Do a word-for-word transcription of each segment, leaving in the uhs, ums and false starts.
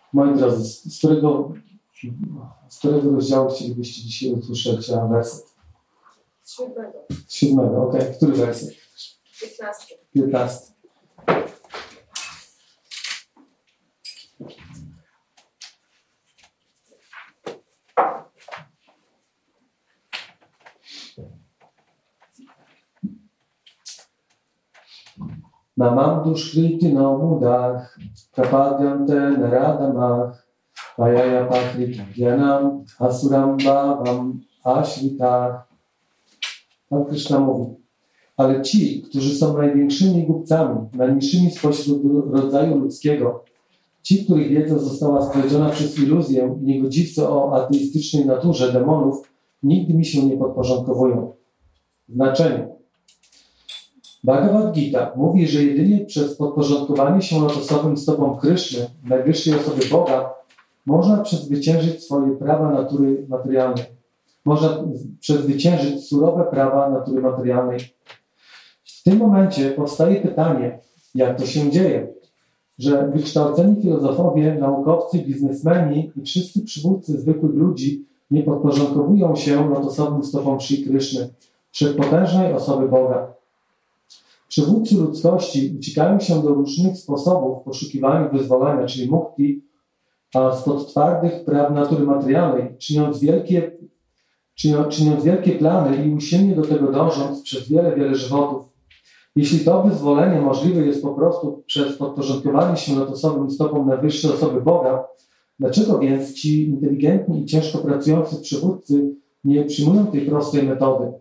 Moi drodzy, z, z, którego, z którego rozdziału chcielibyście dzisiaj usłyszeć werset? Z siódmego. Z siódmego, okej. Okay. Który werset? Piętnasty. Piętnasty. Mamandu Shriti no mudach, prapadyante naradamach, vayaya pakrit gyanam, asuram bhavam ashritach. Pan Krishna mówi, ale ci, którzy są największymi głupcami, najniższymi spośród rodzaju ludzkiego, ci, których wiedza została skradziona przez iluzję i niegodziwce o ateistycznej naturze demonów, nigdy mi się nie podporządkowują. Znaczenie. Bhagavad Gita mówi, że jedynie przez podporządkowanie się lotosowym stopom Kryszny, najwyższej osoby Boga, można przezwyciężyć swoje prawa natury materialnej. Można przezwyciężyć surowe prawa natury materialnej. W tym momencie powstaje pytanie, jak to się dzieje, że wykształceni filozofowie, naukowcy, biznesmeni i wszyscy przywódcy zwykłych ludzi nie podporządkowują się lotosowym stopom Shri Kryszny, wszechpotężnej osoby Boga. Przywódcy ludzkości uciekają się do różnych sposobów poszukiwania wyzwolenia, czyli mukti, a spod twardych praw natury materialnej, czyniąc wielkie, czyniąc wielkie plany i usilnie do tego dążąc przez wiele, wiele żywotów. Jeśli to wyzwolenie możliwe jest po prostu przez podporządkowanie się lotosowym stopom najwyższej osoby Boga, dlaczego więc ci inteligentni i ciężko pracujący przywódcy nie przyjmują tej prostej metody?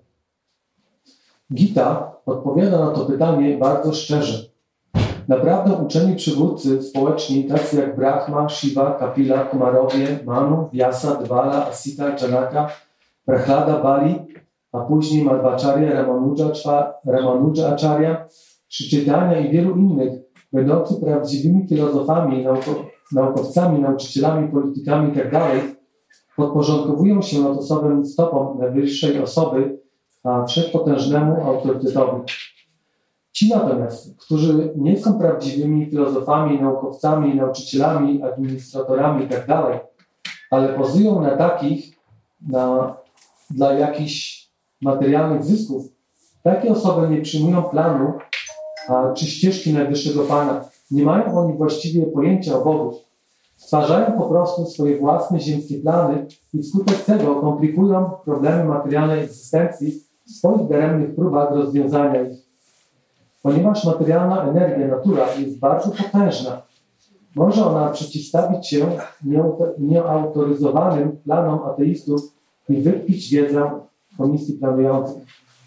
Gita odpowiada na to pytanie bardzo szczerze. Naprawdę uczeni przywódcy społeczni, tacy jak Brahma, Shiva, Kapila, Kumarowie, Manu, Vyasa, Dvala, Asita, Janaka, Prahlada, Bali, a później Madhvacharya, Ramanuja, Ramanuja Acharya, Sri Chaitanya i wielu innych, będący prawdziwymi filozofami, nauko, naukowcami, nauczycielami, politykami itd., podporządkowują się lotosowym stopom najwyższej osoby, a wszechpotężnemu autorytetowi. Ci natomiast, którzy nie są prawdziwymi filozofami, naukowcami, nauczycielami, administratorami itd., ale pozują na takich, na, dla jakichś materialnych zysków, takie osoby nie przyjmują planu a, czy ścieżki najwyższego Pana. Nie mają oni właściwie pojęcia o Bogu. Stwarzają po prostu swoje własne ziemskie plany i wskutek tego komplikują problemy materialnej egzystencji w swoich daremnych próbach rozwiązania ich. Ponieważ materialna energia, natura jest bardzo potężna, może ona przeciwstawić się nieautoryzowanym planom ateistów i wykpić wiedzę komisji planujących.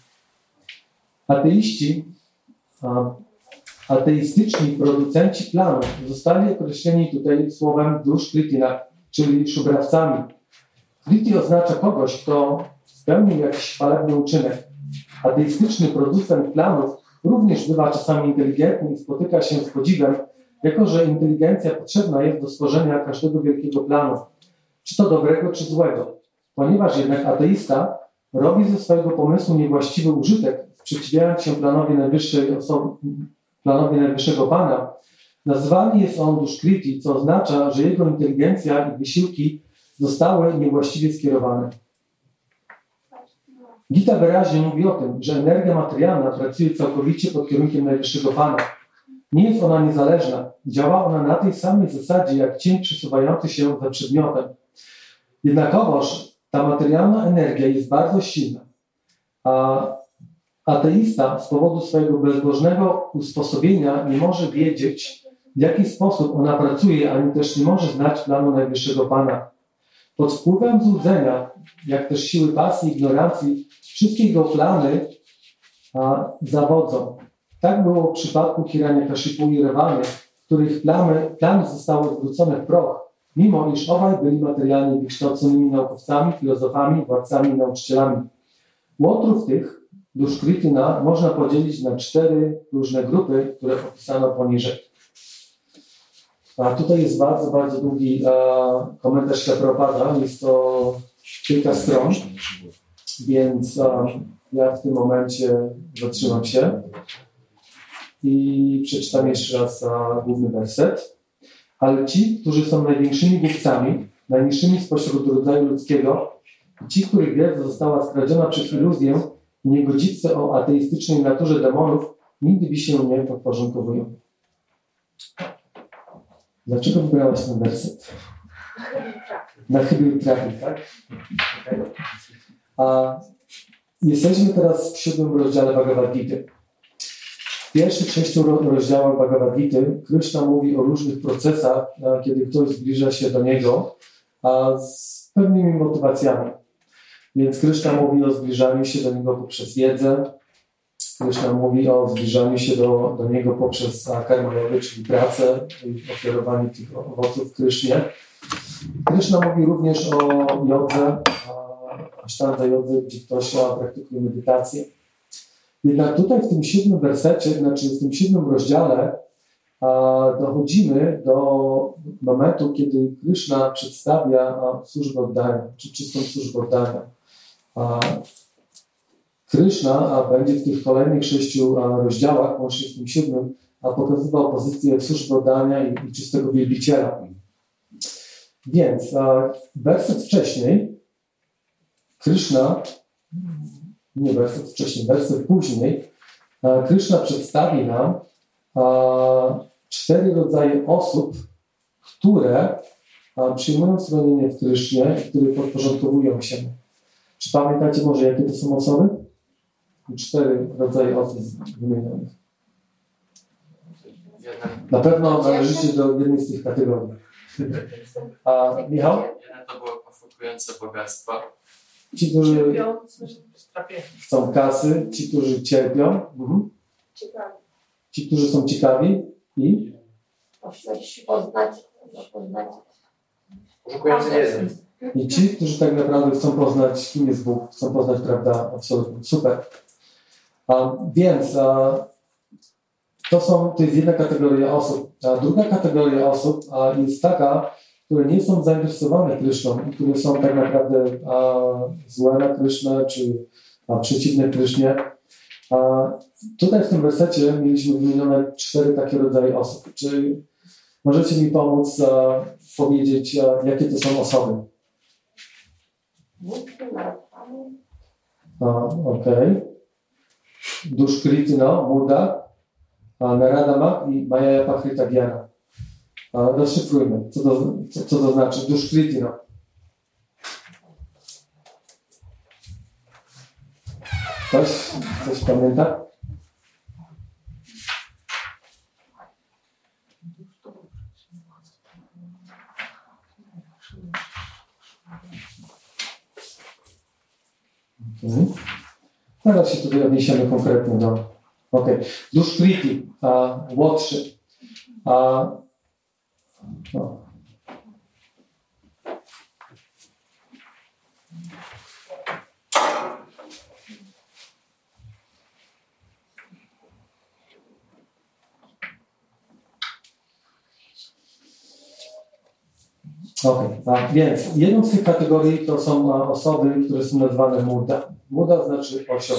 Ateiści, ateistyczni producenci planów zostali określeni tutaj słowem dushkritina, czyli szubrawcami. Kriti oznacza kogoś, kto spełnił jakiś chwalebny uczynek. Ateistyczny producent planów również bywa czasami inteligentny i spotyka się z podziwem, jako że inteligencja potrzebna jest do stworzenia każdego wielkiego planu, czy to dobrego, czy złego. Ponieważ jednak ateista robi ze swojego pomysłu niewłaściwy użytek, sprzeciwiając się planowi najwyższej osoby, planowi najwyższego Pana, nazwany jest on dushkriti, co oznacza, że jego inteligencja i wysiłki zostały niewłaściwie skierowane. Gita wyraźnie mówi o tym, że energia materialna pracuje całkowicie pod kierunkiem najwyższego Pana. Nie jest ona niezależna. Działa ona na tej samej zasadzie, jak cień przesuwający się za przedmiotem. Jednakowoż ta materialna energia jest bardzo silna, a ateista z powodu swojego bezbożnego usposobienia nie może wiedzieć, w jaki sposób ona pracuje, ani też nie może znać planu najwyższego Pana. Pod wpływem złudzenia, jak też siły pasji i ignorancji, wszystkie jego plany a, zawodzą. Tak było w przypadku Hiranyakashipu i Rawany, których plany, plany zostały odwrócone w proch, mimo iż obaj byli materialnie wykształconymi naukowcami, filozofami, władcami i nauczycielami. Łotrów tych, dushkritina, można podzielić na cztery różne grupy, które opisano poniżej. A tutaj jest bardzo, bardzo długi a, komentarz Prabhupada. Jest to kilka stron, więc a, ja w tym momencie zatrzymam się i przeczytam jeszcze raz a, główny werset. ale ci, którzy są największymi głupcami, najniższymi spośród rodzaju ludzkiego, ci, których wiedza została skradziona przez iluzję i niegodziwcy o ateistycznej naturze demonów, nigdy by się nie podporządkowują. Dlaczego wybrałaś ten werset? Na chybił trafi, tak? A jesteśmy teraz w siódmym rozdziale Bhagavad Gita. W pierwszych sześciu rozdziałach Bhagavad Gita Krishna mówi o różnych procesach, kiedy ktoś zbliża się do Niego a z pewnymi motywacjami. Więc Krishna mówi o zbliżaniu się do Niego poprzez wiedzę. Krishna mówi o zbliżaniu się do, do Niego poprzez karma yoga, czyli pracę i ofiarowanie tych owoców Krysznie. Krishna mówi również o jodze, asztanga jodze, gdzie ktoś praktykuje medytację. Jednak tutaj w tym siódmym wersecie, znaczy w tym siódmym rozdziale dochodzimy do momentu, kiedy Krishna przedstawia służbę oddania, czy czystą służbę oddania. Krishna będzie w tych kolejnych sześciu rozdziałach, łącznie z tym siódmym, pokazywał pozycję służby oddania i, i czystego wielbiciela. Więc werset wcześniej Krishna, nie werset wcześniej, werset później, Krishna przedstawi nam cztery rodzaje osób, które przyjmują schronienie w Krysznie i które podporządkowują się. Czy pamiętacie może, jakie to są osoby? Cztery rodzaje osób wymienionych. Na pewno należycie do jednej z tych kategorii. A Michał? Jeden to było poszukujące bogactwa. Ci, którzy chcą kasy, ci, którzy cierpią, mhm. Ci, którzy są ciekawi i poznać, poznać. Poszukujący wiedzę. I ci, którzy tak naprawdę chcą poznać, kim jest Bóg, chcą poznać prawdę absolutnie. Super. A, więc a, to, są, to jest jedna kategoria osób. A druga kategoria osób a, jest taka, które nie są zainteresowane Kryszną i które są tak naprawdę a, złe na Krysznę, czy a, przeciwne Krysznie. A, tutaj w tym wersecie mieliśmy wymienione cztery takie rodzaje osób. Czy możecie mi pomóc a, powiedzieć, a, jakie to są osoby? Okej. Okay. Dushkritino, Muda, Naradama i Maya Pakrita Gyana. Rozszyfrujmy, co to, co, co to znaczy Dushkritino. Ktoś coś pamięta? Okay. Teraz się tutaj odniesiemy konkretnie do... Okej. Okay. Dushkriti, a łotrzy. A... No. Okej, okay. Więc jedną z tych kategorii to są osoby, które są nazwane Muda. Muda znaczy osioł.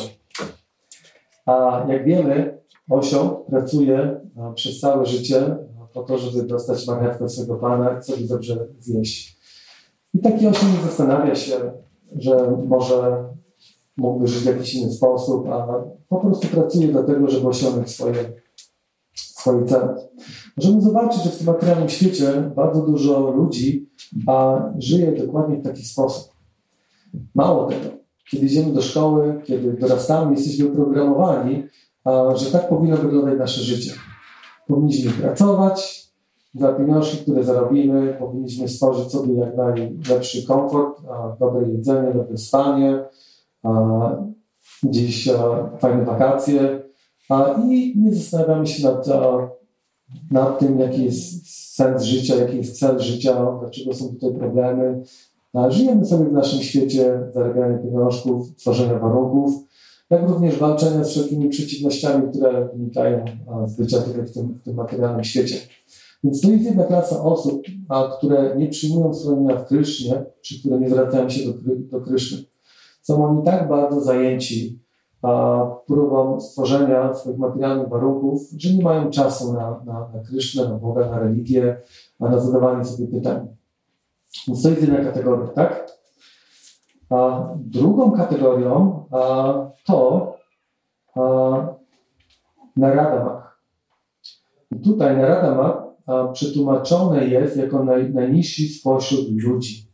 A jak wiemy, osioł pracuje przez całe życie po to, żeby dostać marchewkę swojego pana i sobie dobrze zjeść. I taki osioł nie zastanawia się, że może mógłby żyć w jakiś inny sposób, a po prostu pracuje do tego, żeby osiągnąć swoje, swoje cele. Możemy zobaczyć, że w tym materialnym świecie bardzo dużo ludzi a, żyje dokładnie w taki sposób. Mało tego, kiedy idziemy do szkoły, kiedy dorastamy, jesteśmy programowani, a, że tak powinno wyglądać nasze życie. Powinniśmy pracować za pieniążki, które zarobimy, powinniśmy stworzyć sobie jak najlepszy komfort, a, dobre jedzenie, dobre spanie, a, gdzieś a, fajne wakacje a, i nie zastanawiamy się nad a, nad tym, jaki jest sens życia, jaki jest cel życia, dlaczego są tutaj problemy. A żyjemy sobie w naszym świecie zarabiania pieniążków, tworzenia warunków, jak również walczenia z wszelkimi przeciwnościami, które wynikają z bycia tutaj w tym, w tym materialnym świecie. Więc to jest jedna klasa osób, a, które nie przyjmują schronienia w Krysznie, czy które nie zwracają się do, do Kryszny. Są oni tak bardzo zajęci a, próbom stworzenia swoich materialnych warunków, że nie mają czasu na, na, na Kryšnę, na Boga, na religię, a na zadawanie sobie pytań. Więc to jest jedna kategoria, tak? A drugą kategorią a, to a, Naradamach. I tutaj Naradamach a, przetłumaczone jest jako naj, najniższy spośród ludzi.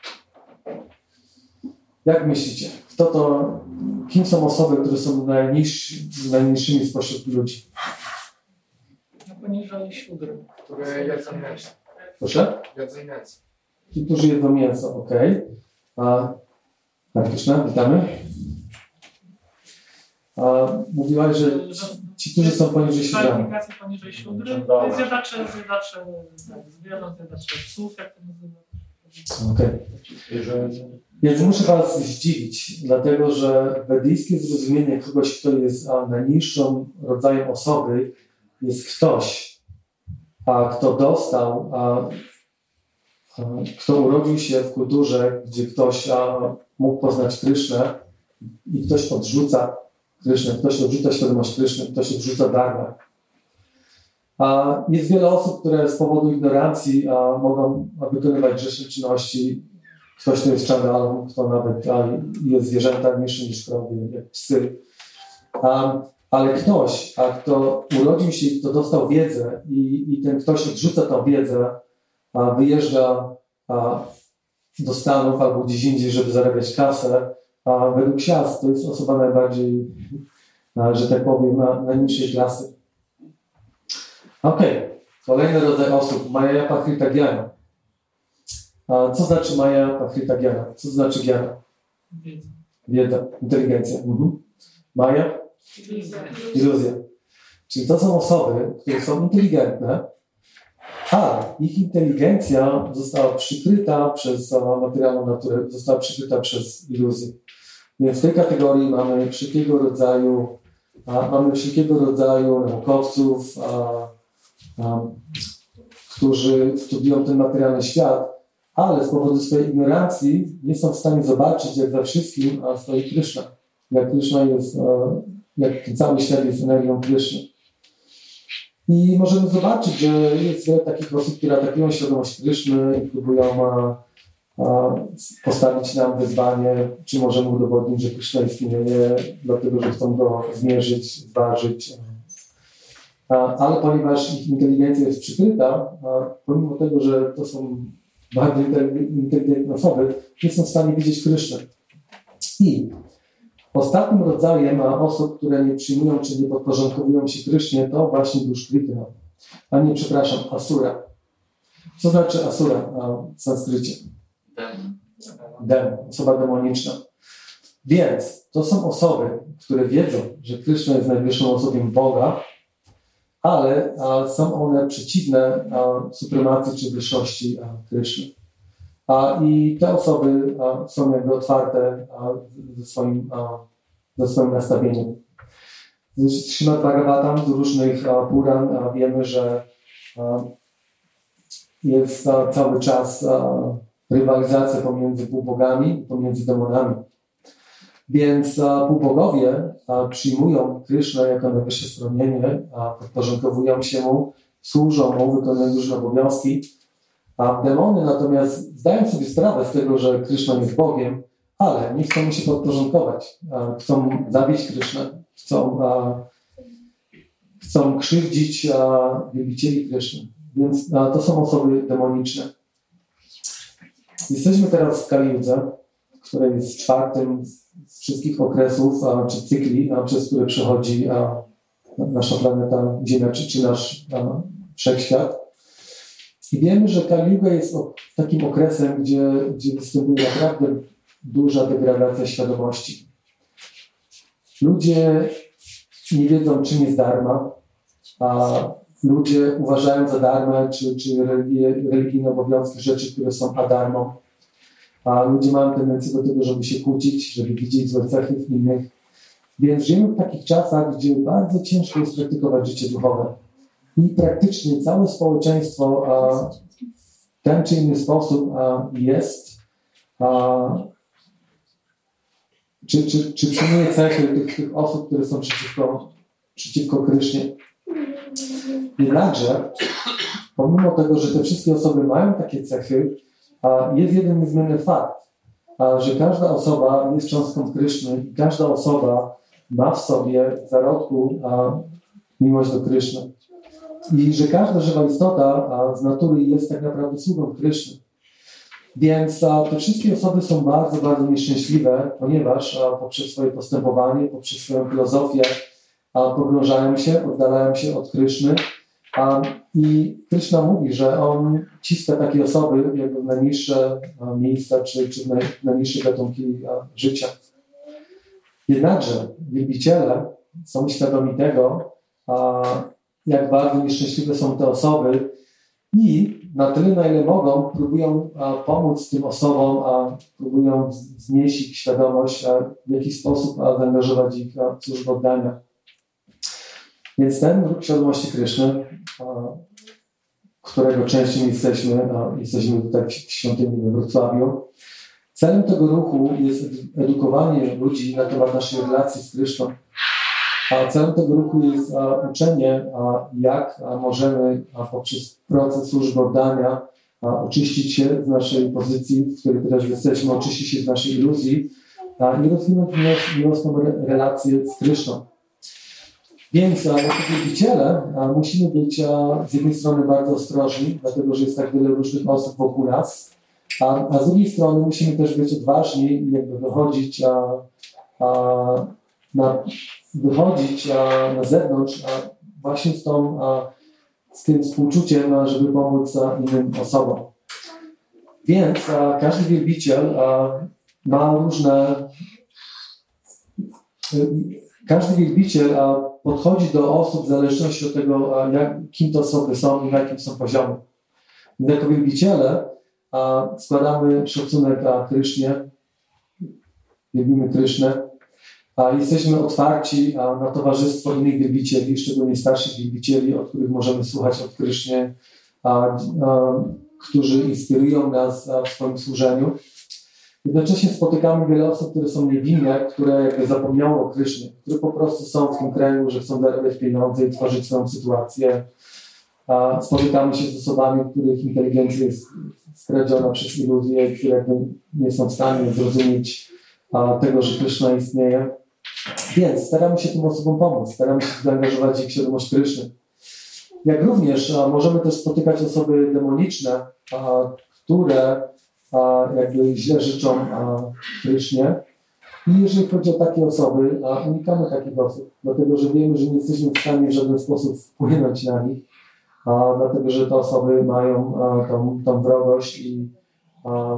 Jak myślicie? Kto to, kim są osoby, które są najniższy, najniższymi spośród ludzi? No poniżej siódmy. Które jedzą mięso. Proszę? Jedzą mięso. Ci, którzy jedzą mięso, okej. A tak, Kryszna, witamy. A mówiłaś, że ci, którzy są poniżej siódmy. Kwalifikacja poniżej siódmy. To jest zjadacze, zjadacze tak, zwierząt, zjadacze psów, jak to nazywa. Okej. Więc muszę was zdziwić, dlatego że wedyjskie zrozumienie kogoś, kto jest a, najniższym rodzajem osoby, jest ktoś, a kto dostał, a, a, kto urodził się w kulturze, gdzie ktoś a, mógł poznać Kryšnę i ktoś odrzuca Kryšnę, ktoś odrzuca świadomość Kryszny, ktoś odrzuca dharmę. A jest wiele osób, które z powodu ignorancji a, mogą wykonywać grzeszne czynności. Ktoś, kto jest czandalą, kto nawet a, jest zwierzęta niższe niż krowy, jak psy. A, ale ktoś, a kto urodził się i kto dostał wiedzę i, i ten ktoś odrzuca tą wiedzę, a wyjeżdża a, do Stanów albo gdzieś indziej, żeby zarabiać kasę, a według siast to jest osoba najbardziej, a, że tak powiem, na najniższej klasy. Okej, okay. Kolejny rodzaj osób, Maya Pahrita Gyana. A co znaczy Maya Pahrita Gyana? Co znaczy Gyana? Wiedza. Wiedza, inteligencja. Mhm. Maya? Iluzja. Iluzja. Czyli to są osoby, które są inteligentne, a ich inteligencja została przykryta przez materialną naturę, została przykryta przez iluzję. Więc w tej kategorii mamy wszelkiego rodzaju, a, mamy wszelkiego rodzaju naukowców, a, a, którzy studiują ten materialny świat, ale z powodu swojej ignorancji nie są w stanie zobaczyć, jak za wszystkim a, stoi Kryszna. Jak Kryszna jest, a, jak ten cały świat jest energią Kryszny. I możemy zobaczyć, że jest wiele takich osób, które atakują świadomość Kryszny i próbują a, a, postawić nam wyzwanie, czy możemy udowodnić, że Kryszna istnieje, dlatego że chcą go zmierzyć, zważyć. A, ale ponieważ ich inteligencja jest przykryta, a, pomimo tego, że to są bardzo inteligentne osoby, nie są w stanie widzieć Kryszny. I ostatnim rodzajem osób, które nie przyjmują czy nie podporządkowują się Krysznie, to właśnie duszkrita, a nie, przepraszam, asura. Co znaczy asura w sanskrycie? Dem. Dem, osoba demoniczna. Więc to są osoby, które wiedzą, że Kryszna jest najwyższą osobą Boga, ale a, są one przeciwne a, supremacji czy wyższości a, Kryszny. A, I te osoby a, są jakby otwarte a, ze, swoim, a, ze swoim nastawieniem. Z Śrimad Bhagavatam, z różnych a, Puran a, wiemy, że a, jest a, cały czas a, rywalizacja pomiędzy półbogami, pomiędzy demonami. Więc a, półbogowie a, przyjmują Krysznę jako najwyższe schronienie, a podporządkowują się mu, służą mu, wykonują różne obowiązki. A demony natomiast zdają sobie sprawę z tego, że Kryszna jest Bogiem, ale nie chcą mu się podporządkować. A, chcą zabić Krysznę, chcą, a, chcą krzywdzić a, wielbicieli Kryszny. Więc a, to są osoby demoniczne. Jesteśmy teraz w Kali-judze, które jest czwartym z wszystkich okresów a, czy cykli, a, przez które przechodzi a, nasza planeta Ziemia, czy, czy nasz a, wszechświat. I wiemy, że Kali-juga jest o, takim okresem, gdzie, gdzie występuje naprawdę duża degradacja świadomości. Ludzie nie wiedzą, czym jest dharma, a ludzie uważają za dharmę czy, czy religie, religijne obowiązki rzeczy, które są adarmą. A ludzie mają tendencję do tego, żeby się kłócić, żeby widzieć złe cechy w innych. Więc żyjemy w takich czasach, gdzie bardzo ciężko jest praktykować życie duchowe. I praktycznie całe społeczeństwo a, w ten czy inny sposób a, jest, a, czy, czy, czy przyjmuje cechy tych, tych osób, które są przeciwko, przeciwko Krysznie. Jednakże, pomimo tego, że te wszystkie osoby mają takie cechy, jest jeden niezmienny fakt, że każda osoba jest cząstką Kryszny i każda osoba ma w sobie w zarodku miłość do Kryszny. I że każda żywa istota z natury jest tak naprawdę sługą Kryszny. Więc a, te wszystkie osoby są bardzo, bardzo nieszczęśliwe, ponieważ a, poprzez swoje postępowanie, poprzez swoją filozofię a, pogrążają się, oddalają się od Kryszny. A, I Kryszna mówi, że on ciska takie osoby jakby w najniższe a, miejsca czy, czy w naj, najniższe gatunki a, życia. Jednakże wielbiciele są świadomi tego, a, jak bardzo nieszczęśliwe są te osoby i na tyle, na ile mogą, próbują a, pomóc tym osobom, a próbują znieść ich świadomość, a w jakiś sposób a, zaangażować ich a, w służbę oddania. Więc ten ruch świadomości Kryszny, a, którego częścią jesteśmy, a, jesteśmy tutaj w świątyni we Wrocławiu, celem tego ruchu jest edukowanie ludzi na temat naszej relacji z Kryszną. A celem tego ruchu jest a, uczenie, a, jak a, możemy a, poprzez proces służby oddania a, oczyścić się z naszej pozycji, w której teraz jesteśmy, oczyścić się z naszej iluzji a, i rozwinąć miłosną re, relację z Kryszną. Więc a, jako wielbiciele a, musimy być a, z jednej strony bardzo ostrożni, dlatego że jest tak wiele różnych osób wokół nas, a, a z drugiej strony musimy też być odważni i jakby wychodzić a, a, na wychodzić a, na zewnątrz a, właśnie z, tą, a, z tym współczuciem, a, żeby pomóc a, innym osobom. Więc a, każdy wielbiciel a, ma różne... Każdy wielbiciel a, podchodzi do osób w zależności od tego, a, jak, kim te osoby są i na jakim są poziomie. Więc jako wielbiciele a, składamy szacunek a, Krysznie, wielbimy Krysznę, a jesteśmy otwarci a, na towarzystwo innych wielbicieli, szczególnie starszych wielbicieli, od których możemy słuchać od Krysznie, a, a, którzy inspirują nas a, w swoim służeniu. Jednocześnie spotykamy wiele osób, które są niewinne, które jakby zapomniały o Krysznie, które po prostu są w tym kręgu, że chcą zarabiać pieniądze i tworzyć swoją sytuację. A, spotykamy się z osobami, których inteligencja jest skradziona przez iluzje, które jakby nie są w stanie zrozumieć a, tego, że Kryszna istnieje. Więc staramy się tym osobom pomóc, staramy się zaangażować ich w świadomość Kryszny. Jak również a, możemy też spotykać osoby demoniczne, a, które a, jakby źle życzą a, Krysznie. I jeżeli chodzi o takie osoby, a, unikamy takich osób, dlatego że wiemy, że nie jesteśmy w stanie w żaden sposób wpłynąć na nich, a, dlatego że te osoby mają a, tą, tą wrogość i a,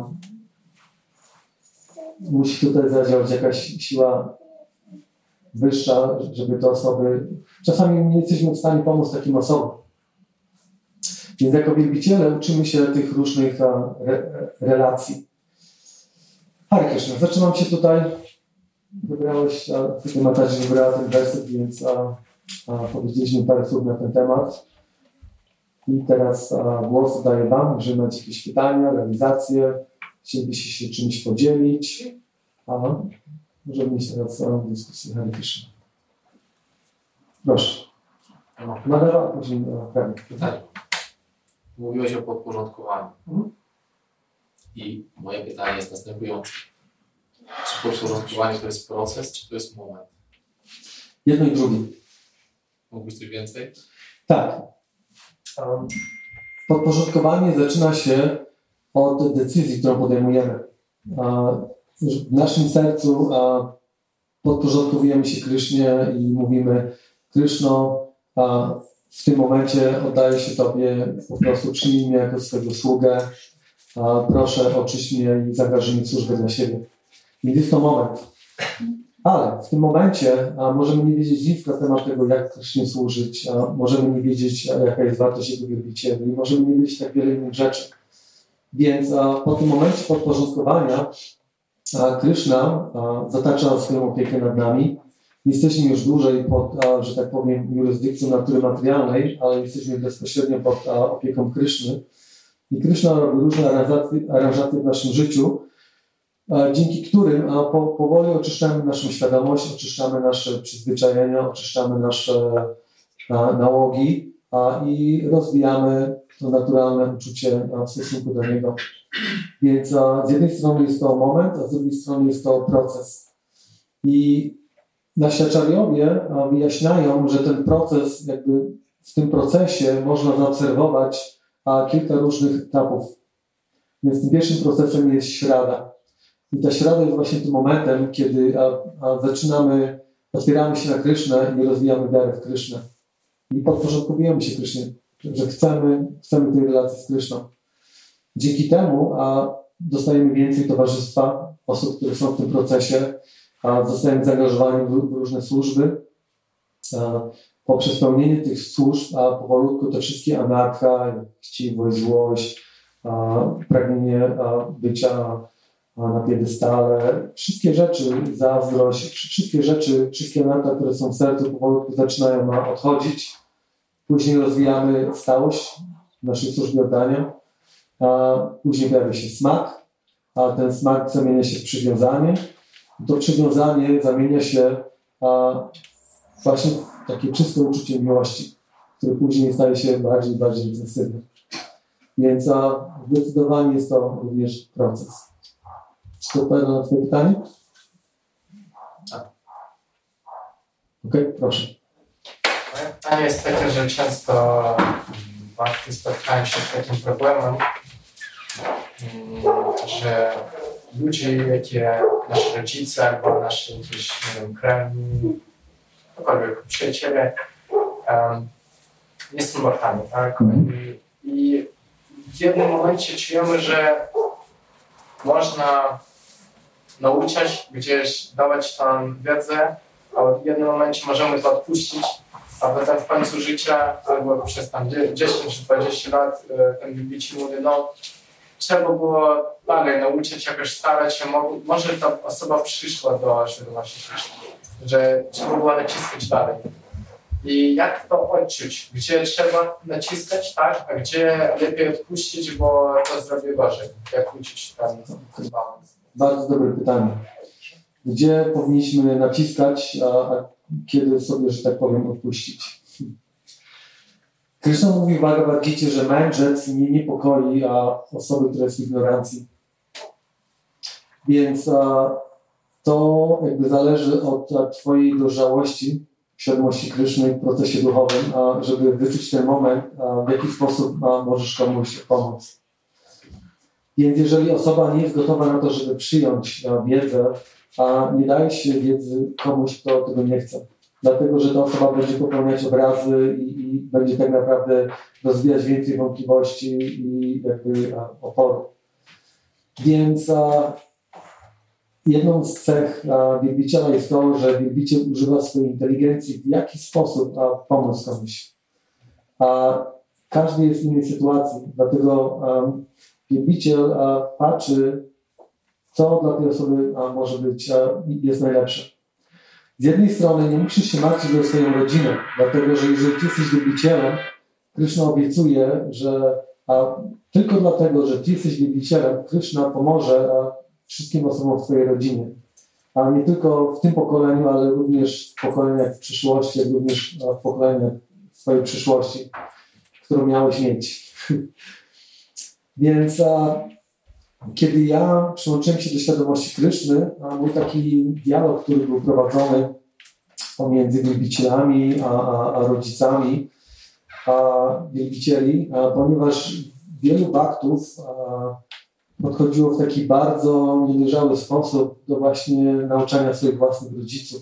musi tutaj zadziałać jakaś siła wyższa, żeby te osoby... Czasami nie jesteśmy w stanie pomóc takim osobom. Więc jako wielbiciele uczymy się tych różnych a, re, relacji. Hare Krishna, zaczynam się tutaj. Wybrałeś, a, ty Mataji wybrała ten werset, więc a, a, powiedzieliśmy parę słów na ten temat. I teraz a, głos oddaję wam, jeżeli macie jakieś pytania, realizacje, chcielibyście się czymś podzielić. Aha. Możemy mieć teraz całą dyskusję. Hare Krishna. Proszę. Nadawa, później prawie. Pytanie. Mówiłeś o podporządkowaniu. Mhm. I moje pytanie jest następujące. Czy podporządkowanie to jest proces, czy to jest moment? Jedno i drugie. Mógłbyś coś więcej? Tak. Um, podporządkowanie zaczyna się od decyzji, którą podejmujemy. Uh, w naszym sercu uh, podporządkowujemy się Krysznie i mówimy: Kryszno, uh, w tym momencie oddaję się Tobie, po prostu przyjmij mnie jako swojego sługę, uh, proszę oczyść mnie i zaangażuj mnie w służbę dla siebie. I jest to moment. Ale w tym momencie a, możemy nie wiedzieć nic na temat tego, jak Krysznie służyć, a, możemy nie wiedzieć, a, jaka jest wartość jego wielbicieli, możemy nie wiedzieć tak wiele innych rzeczy. Więc a, po tym momencie podporządkowania a, Kryszna a, zatacza swoją opiekę nad nami. Jesteśmy już dłużej pod, a, że tak powiem, jurysdykcją natury materialnej, ale jesteśmy bezpośrednio pod a, opieką Kryszny. I Kryszna robi różne aranżacje, aranżacje w naszym życiu, dzięki którym a, po, powoli oczyszczamy naszą świadomość, oczyszczamy nasze przyzwyczajenia, oczyszczamy nasze a, nałogi a, i rozwijamy to naturalne uczucie a, w stosunku do niego. Więc a, z jednej strony jest to moment, a z drugiej strony jest to proces. I nasi acharyowie wyjaśniają, że ten proces, jakby w tym procesie można zaobserwować a, kilka różnych etapów. Więc tym pierwszym procesem jest śrada. I ta śrada jest właśnie tym momentem, kiedy a, a zaczynamy, otwieramy się na Krysznę i rozwijamy wiarę w Krysznę. I podporządkowujemy się Krysznie, że chcemy, chcemy tej relacji z Kryszną. Dzięki temu a, dostajemy więcej towarzystwa osób, które są w tym procesie, a zostajemy zaangażowani w, w różne służby. A, poprzez pełnienie tych służb, a powolutku te wszystkie anarcha, chciwość, złość, a, pragnienie a, bycia a, na piedestale, wszystkie rzeczy, zazdrość, wszystkie rzeczy, wszystkie anarcha, które są w sercu, powolutku zaczynają a, odchodzić. Później rozwijamy stałość w naszej służbie oddania. A, później pojawia się smak, a ten smak zamienia się w przywiązanie. To przywiązanie zamienia się a, właśnie w takie czyste uczucie miłości, które później staje się bardziej i bardziej intensywne. Więc a, zdecydowanie jest to również proces. Czy to odpowiada na Twoje pytanie? Tak. Okej, okay, proszę. Moje pytanie jest takie, że często właśnie spotkałem się z takim problemem, że ludzie, jakie nasi rodzice albo nasi jakieś, nie wiem, krewni, cokolwiek, przyjaciele, um, nie są mortami, tak? Mm. I, I w jednym momencie czujemy, że można nauczać gdzieś, dawać tam wiedzę, a w jednym momencie możemy to odpuścić, a potem w końcu życia albo przez tam dziesięć czy dwadzieścia lat ten wielbiciel mówi, no trzeba było dalej nauczyć, jakoś starać się, może ta osoba przyszła do świadomości Kryszny, że trzeba było naciskać dalej. I jak to odczuć? Gdzie trzeba naciskać, tak, a gdzie lepiej odpuścić, bo to zrobię gorzej? Jak uczyć ten balans? Bardzo dobre pytanie. Gdzie powinniśmy naciskać, a, a kiedy sobie, że tak powiem, odpuścić? Kryszna mówi w Bhagavad Gicie, że mędrzec nie niepokoi a osoby, które są w ignorancji. Więc a, to jakby zależy od a, Twojej dojrzałości, świadomości Kryszny w procesie duchowym, a, żeby wyczuć ten moment, a, w jaki sposób a, możesz komuś pomóc. Więc jeżeli osoba nie jest gotowa na to, żeby przyjąć a, wiedzę, a nie daje się wiedzy komuś, kto tego nie chce. Dlatego, że ta osoba będzie popełniać obrazy i, i będzie tak naprawdę rozwijać więcej wątpliwości i jakby a, oporu. Więc a, jedną z cech a, wielbiciela jest to, że wielbiciel używa swojej inteligencji, w jaki sposób a, pomóc komuś. A każdy jest w innej sytuacji, dlatego a, wielbiciel a, patrzy, co dla tej osoby a, może być, a, jest najlepsze. Z jednej strony nie musisz się martwić o swoją rodzinę, dlatego że jeżeli ty jesteś wielbicielem, Kryszna obiecuje, że a, tylko dlatego, że ty jesteś wielbicielem, Kryszna pomoże a, wszystkim osobom w twojej rodzinie. A nie tylko w tym pokoleniu, ale również w pokoleniach w przyszłości, jak również a, w pokoleniach w twojej przyszłości, którą miałeś mieć. Więc a, kiedy ja przyłączyłem się do świadomości Kryszny, a był taki dialog, który był prowadzony pomiędzy wielbicielami a, a, a rodzicami a wielbicieli, a, ponieważ wielu baktów a, podchodziło w taki bardzo niedojrzały sposób do właśnie nauczania swoich własnych rodziców.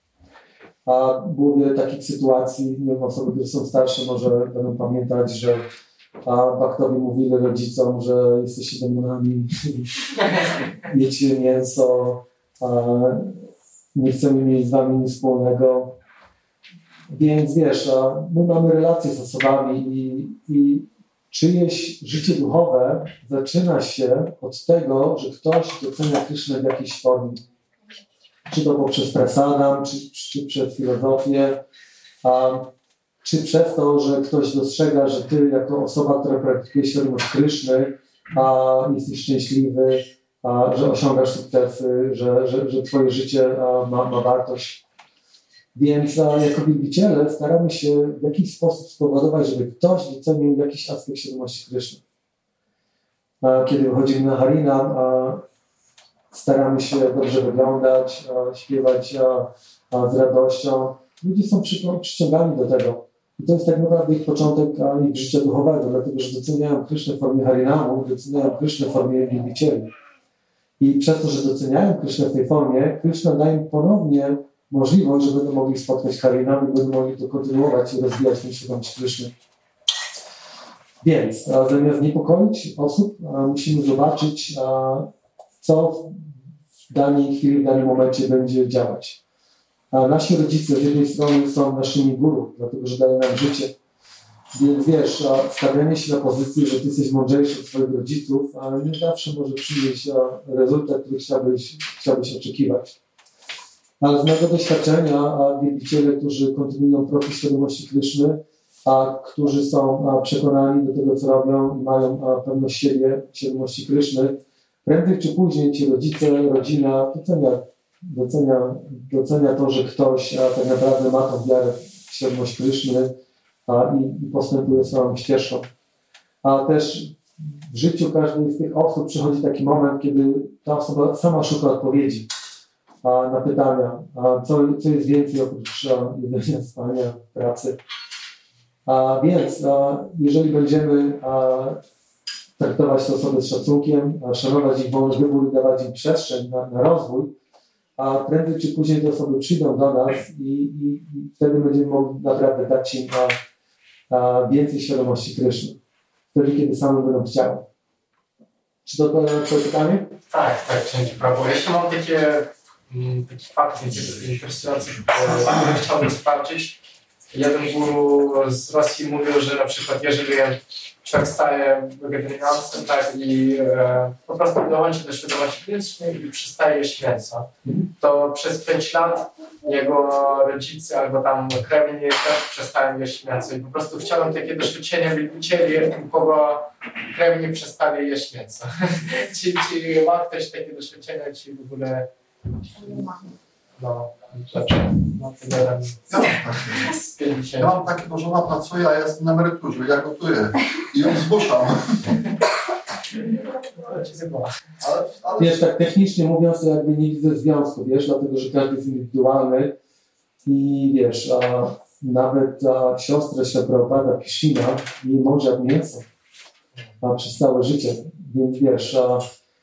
A było wiele takich sytuacji, nie wiem, osoby, które są starsze może będą pamiętać, że a baktowie mówili rodzicom, że jesteście demonami, jecie mięso, a nie chcemy mieć z wami nic wspólnego. Więc wiesz, a my mamy relacje z osobami i, i czyjeś życie duchowe zaczyna się od tego, że ktoś docenia Krysznę w jakiejś formie. Czy to poprzez prasadam, czy, czy przez filozofię, a czy przez to, że ktoś dostrzega, że ty jako osoba, która praktykuje świadomość Kryszny, a jesteś szczęśliwy, a, że osiągasz sukcesy, że, że, że twoje życie a, ma, ma wartość. Więc a, jako wielbiciele staramy się w jakiś sposób spowodować, żeby ktoś docenił jakiś aspekt świadomości Kryszny. A, kiedy wychodzimy na harina, a, staramy się dobrze wyglądać, a, śpiewać a, a, z radością. Ludzie są przy, przyciągani do tego. I to jest tak naprawdę ich początek a, ich życia duchowego, dlatego że doceniają Krysznę w formie harinamu, doceniają Krysznę w formie wielbicieli. I przez to, że doceniają Krysznę w tej formie, Kryszna daje im ponownie możliwość, że będą mogli spotkać harinam i będą mogli to kontynuować i rozwijać tę świadomość Kryszny. Więc a, zamiast niepokoić osób, a, musimy zobaczyć, a, co w danej chwili, w danym momencie będzie działać. A nasi rodzice z jednej strony są naszymi guru, dlatego że dają nam życie. Więc wiesz, a stawianie się na pozycji, że ty jesteś mądrzejszy od swoich rodziców, ale nie zawsze może przynieść rezultat, który chciałbyś, chciałbyś oczekiwać. Ale z mojego doświadczenia a wielbiciele, którzy kontynuują proces świadomości Kryszny, a którzy są a, przekonani do tego, co robią i mają a, pewność siebie, świadomości Kryszny, prędzej czy później ci rodzice, rodzina docenia, docenia, docenia to, że ktoś a, tak naprawdę ma tą wiarę w świadomość Kryszny a, i, i postępuje swoją ścieżką. A też w życiu każdej z tych osób przychodzi taki moment, kiedy ta osoba sama szuka odpowiedzi a, na pytania, a, co, co jest więcej oprócz jedzenia, spania, pracy. A więc a, jeżeli będziemy a, traktować te osoby z szacunkiem, a, szanować ich wolny wybór i dawać im przestrzeń na, na rozwój, a prędzej czy później te osoby przyjdą do nas i, i, i wtedy będziemy mogli naprawdę dać im a, a więcej świadomości Kryszny. Wtedy, kiedy same będą chciały. Czy to twoje pytanie? Tak, tak, wszędzie prawo. Jeszcze mam takie, m, taki fakt interesujący, który chciałbym sprawdzić. Jeden guru z Rosji mówił, że na przykład jeżeli człowiek staje wegetariańcem, tak, i e, po prostu dołączy do świadomości Kryszny i przestaje jeść mięso, to przez pięć lat jego rodzice albo tam krewni też przestają jeść mięso. I po prostu chciałem takie doświadczenie wielbicieli, u kogo krewni przestali jeść mięso. czy, czy ma ktoś takie doświadczenia, czy w ogóle... No, dlaczego? No, tyle z pięćdziesięciu. Ja mam takie, bo żona pracuje, a ja jestem na emeryturze, ja gotuję i ją zmuszam. Ale, ale... Wiesz, tak technicznie mówiąc, to jakby nie widzę związku, wiesz, dlatego że każdy jest indywidualny i wiesz, a nawet a siostra Prabhupada Krishna nie może jak mięso a przez całe życie, więc wiesz, a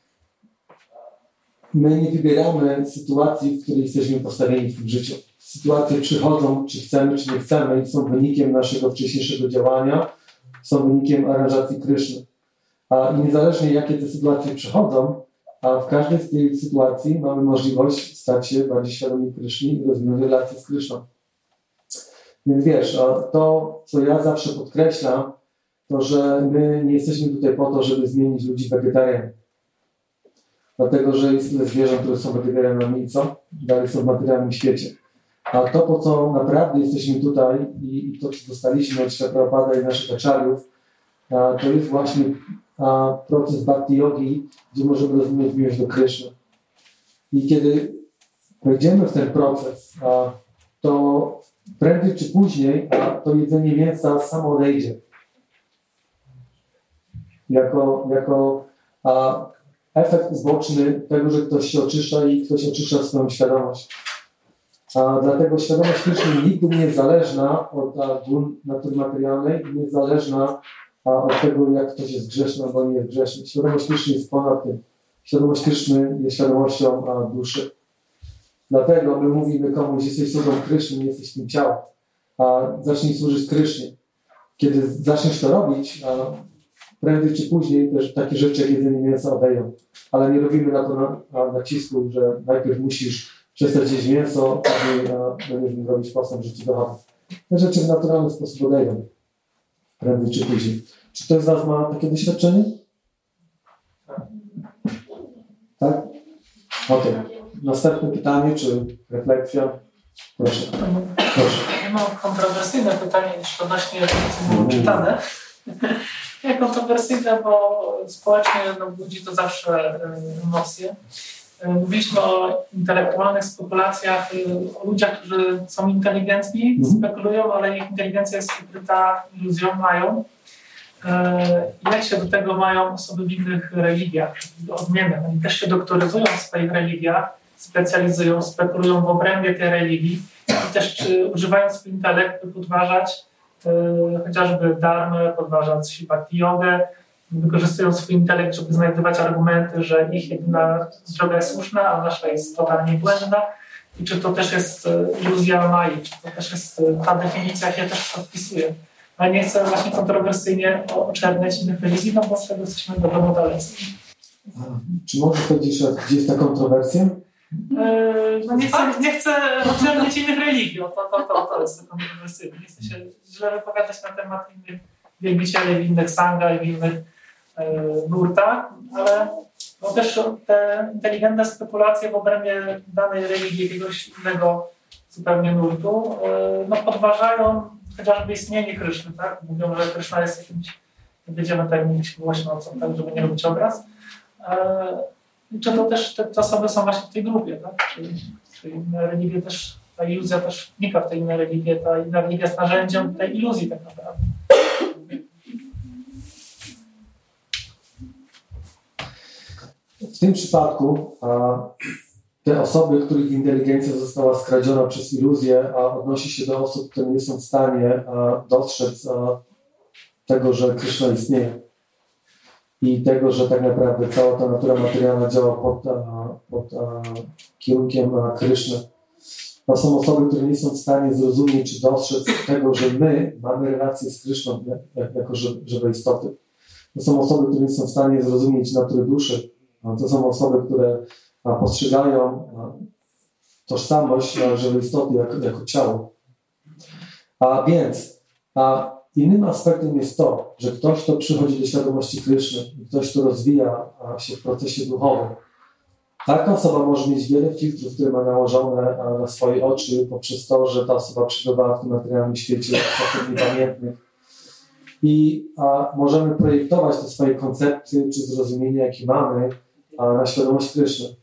my nie wybieramy sytuacji, w której jesteśmy postawieni w tym życiu. Sytuacje przychodzą, czy chcemy, czy nie chcemy, i są wynikiem naszego wcześniejszego działania, są wynikiem aranżacji Kryszny. A i niezależnie jakie te sytuacje przychodzą, a w każdej z tych sytuacji mamy możliwość stać się bardziej świadomi Kryszny i rozwinąć relacje z Kryszną. Więc wiesz, a to, co ja zawsze podkreślam, to, że my nie jesteśmy tutaj po to, żeby zmienić ludzi w wegetarian. Dlatego, że jest tyle zwierząt, które są wegetarianami i co? Dalej są w materialnym świecie. A to, po co naprawdę jesteśmy tutaj i, i to, co dostaliśmy od Śrila Prabhupada i naszych aczariów, to jest właśnie a, proces bhakti yogi, gdzie możemy rozumieć miłość do Kryszny. I kiedy wejdziemy w ten proces, a, to prędzej czy później a, to jedzenie mięsa samo odejdzie. Jako, jako a, efekt uboczny tego, że ktoś się oczyszcza i ktoś oczyszcza swoją świadomość. A dlatego świadomość Kryszny nigdy nie jest zależna od gun natury materialnej i nie jest zależna a, od tego, jak ktoś jest grzeszny albo nie jest grzeszny. Świadomość Kryszny jest ponad tym. Świadomość Kryszny jest świadomością a, duszy. Dlatego my mówimy komuś, jesteś sługą Kryszny, nie jesteś tym ciałem. A zacznij służyć Krysznie. Kiedy zaczniesz to robić, a, prędzej czy później też takie rzeczy jak jedzenie mięsa odejdą. Ale nie robimy na to na, na, nacisku, że najpierw musisz przestać jeść mięso, później będziesz robić postęp w życiu duchowym. Te rzeczy w naturalny sposób odejdą. Prędzej czy później. Czy ktoś z was ma takie doświadczenie? Tak? Okej. Okay. Następne pytanie, czy refleksja? Proszę. Proszę. Ja mam kontrowersyjne pytanie, jeszcze odnośnie tego, co było czytane. Nie, kontrowersyjne, bo społecznie no, budzi to zawsze emocje. Mówiliśmy o intelektualnych spekulacjach, o ludziach, którzy są inteligentni, spekulują, ale ich inteligencja jest ukryta iluzją, mają. Jak się do tego mają osoby w innych religiach, odmiennych? Oni też się doktoryzują w swoich religiach, specjalizują, spekulują w obrębie tej religii i też czy, używają swój intelekt, by podważać y, chociażby dharmę, podważać bhakti jogę, wykorzystują swój intelekt, żeby znajdować argumenty, że ich jedyna droga jest słuszna, a nasza jest totalnie błędna. I czy to też jest iluzja Mai, czy to też jest ta definicja, się też podpisuje. Ale nie chcę właśnie kontrowersyjnie oczerniać innych religii, no bo z tego jesteśmy dobrą dalecy. Czy możesz powiedzieć, gdzie jest ta kontrowersja? Yy, no nie, chcę, nie chcę oczerniać innych religii, to, to, to, to jest kontrowersyjne. Nie chcę się źle wypowiadać na temat innych wielbicieli, w innych sangach i w innych yy, nurtach, ale no też te inteligentne spekulacje w obrębie danej religii, jakiegoś innego zupełnie nurtu, yy, no podważają chociażby istnienie Kryszny, tak? Mówią, że Kryszna jest jakimś, nie będziemy tutaj mówić głośno o co, tak, żeby nie robić obraz. Yy, czy to też te, te osoby są właśnie w tej grupie, tak? Czyli, czyli inne religie też, ta iluzja też wnika w tej innej religię, ta inna religia jest narzędziem tej iluzji tak naprawdę. W tym przypadku a, te osoby, których inteligencja została skradziona przez iluzję, a odnosi się do osób, które nie są w stanie a, dostrzec a, tego, że Kryszna istnieje i tego, że tak naprawdę cała ta natura materialna działa pod, a, pod a, kierunkiem a, Kryszny. To są osoby, które nie są w stanie zrozumieć czy dostrzec tego, że my mamy relację z Kryszną jak, jako żywe istoty. To są osoby, które nie są w stanie zrozumieć natury duszy. To są osoby, które postrzegają tożsamość żywej istoty jako, jako ciało. A więc a innym aspektem jest to, że ktoś, kto przychodzi do świadomości Kryszny, ktoś, kto rozwija się w procesie duchowym, taka osoba może mieć wiele filtrów, które ma nałożone na swoje oczy poprzez to, że ta osoba przebywała w tym materialnym świecie osób niepamiętnych. I a, możemy projektować te swoje koncepcje czy zrozumienia, jakie mamy, a, na świadomość Kryszny.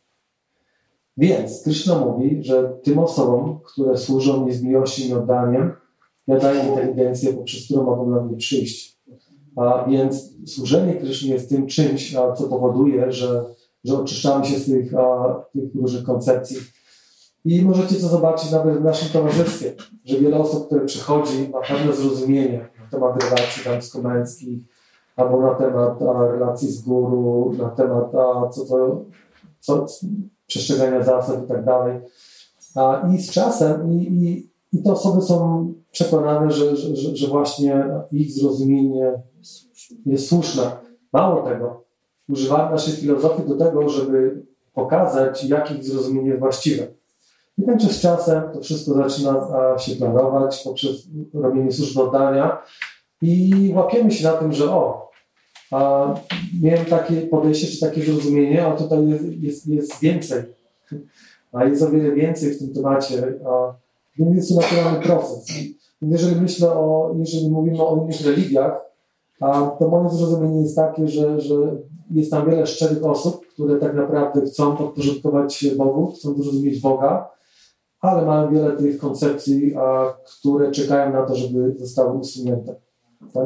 Więc Kryszna mówi, że tym osobom, które służą mi z miłością i oddaniem, ja daję inteligencję, poprzez którą mogą na mnie przyjść. A więc służenie Krysznie jest tym czymś, a, co powoduje, że, że oczyszczamy się z tych, a, tych różnych koncepcji. I możecie to zobaczyć nawet w naszym towarzystwie, że wiele osób, które przychodzi, ma pewne zrozumienie na temat relacji damsko-męskich, albo na temat a, relacji z guru, na temat a, co to, co, przestrzegania zasad i tak dalej. A, I z czasem, i, i, i te osoby są przekonane, że, że, że, że właśnie ich zrozumienie jest słuszne. Mało tego, używamy naszej filozofii do tego, żeby pokazać, jakie ich zrozumienie jest właściwe. I także z czasem to wszystko zaczyna a, się klarować poprzez robienie służby oddania i łapiemy się na tym, że o, a, miałem takie podejście czy takie zrozumienie, a tutaj jest, jest, jest więcej. A jest o wiele więcej w tym temacie. A, więc jest to naturalny proces. I jeżeli myślę o, jeżeli mówimy o innych religiach, a, to moje zrozumienie jest takie, że, że jest tam wiele szczerych osób, które tak naprawdę chcą podporządkować się Bogu, chcą zrozumieć Boga, ale mają wiele tych koncepcji, a, które czekają na to, żeby zostały usunięte. Tak?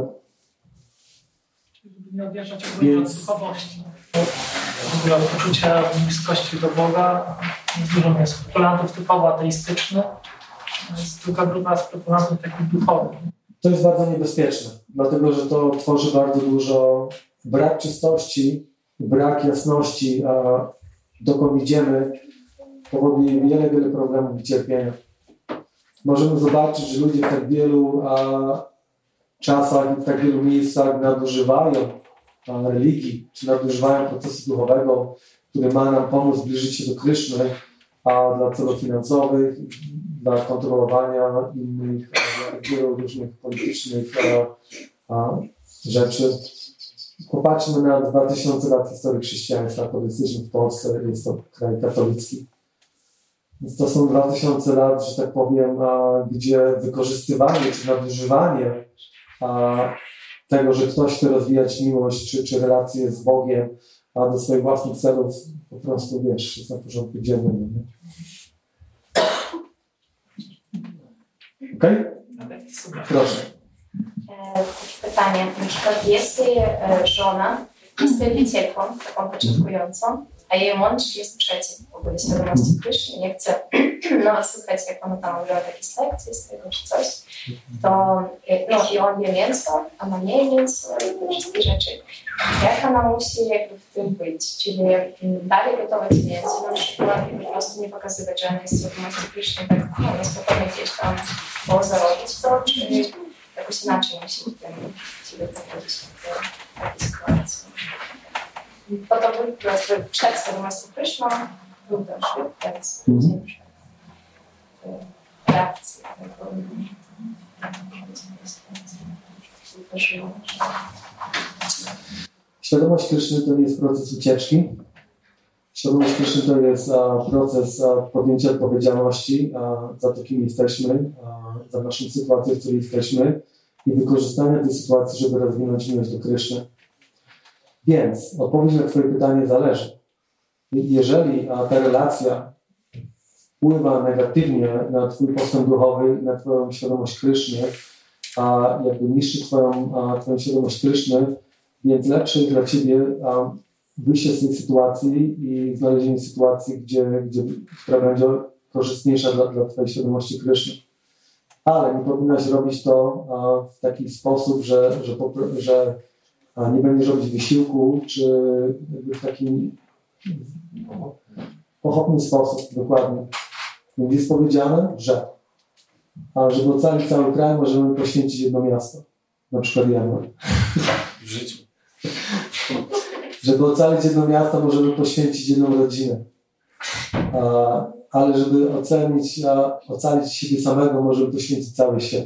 Żeby nie odjeżdżać ogólnie od duchowości. W ogóle od poczucia bliskości do Boga. Jest dużo jest spekulantów typowo ateistycznych. Jest druga grupa spekulantów takich duchowych. To jest bardzo niebezpieczne, dlatego że to tworzy bardzo dużo brak czystości, brak jasności, a dokąd idziemy, powoduje wiele, wiele problemów i cierpienia. Możemy zobaczyć, że ludzie w tak wielu a, czasach i w tak wielu miejscach nadużywają a, religii, czy nadużywają procesu duchowego, który ma nam pomóc zbliżyć się do Kryszny, a dla celów finansowych, dla kontrolowania innych, a, wielu różnych politycznych a, a, rzeczy. Popatrzmy na dwa tysiące lat historii chrześcijaństwa, kiedy jesteśmy w Polsce, jest to kraj katolicki. Więc to są dwa tysiące lat, że tak powiem, a, gdzie wykorzystywanie czy nadużywanie a, tego, że ktoś chce rozwijać miłość czy, czy relacje z Bogiem, a do swoich własnych celów po prostu, wiesz, jest na porządku dziennym. Nie? Okej? Okay? Proszę. Takie pytanie, na przykład jeśli żona jest wielbicielką, taką początkującą, a jej mąż jest przeciw w ogóle świadomości Kryszny, nie chce no, słuchać, jak ona tam robiła jakieś lekcje z tego czy coś, to no i on je mięso, a ma nie mięso i te wszystkie rzeczy. Jak ona musi jakby w tym być? Czyli dalej gotować mięso, na przykład i po prostu nie pokazywać, że ona jest świadomości Kryszny, tak no, spokojnie gdzieś tam poza robić to, czy jakoś inaczej musi w tym siebie podchodzić w takiej sytuacji. Bo to był przed świadomością Kryszną, był to szczyt, więc później przed reakcją. Świadomość Kryszny to nie jest proces ucieczki. Świadomość Kryszny to jest a, proces a, podjęcia odpowiedzialności a, za to, kim jesteśmy, a, za naszą sytuację, w której jesteśmy i wykorzystania tej sytuacji, żeby rozwinąć miłość do Kryszny. Więc odpowiedź na Twoje pytanie zależy. Jeżeli a, ta relacja wpływa negatywnie na Twój postęp duchowy, na Twoją świadomość Kryszny, a jakby niszczy Twoją, a, twoją świadomość Kryszny, więc lepsze jest dla Ciebie a, wyjście z tej sytuacji i znalezienie sytuacji, gdzie, gdzie, która będzie korzystniejsza dla, dla Twojej świadomości Kryszny. Ale nie powinnaś robić to a, w taki sposób, że, że, że a, nie będziesz robić wysiłku, czy jakby w taki pochopny sposób, dokładnie. Więc jest powiedziane, że a żeby ocalić cały kraj, możemy poświęcić jedno miasto. Na przykład jedno. W życiu. Żeby ocalić jedno miasto, możemy poświęcić jedną rodzinę. A, ale żeby ocenić, a, ocalić siebie samego, możemy poświęcić cały świat.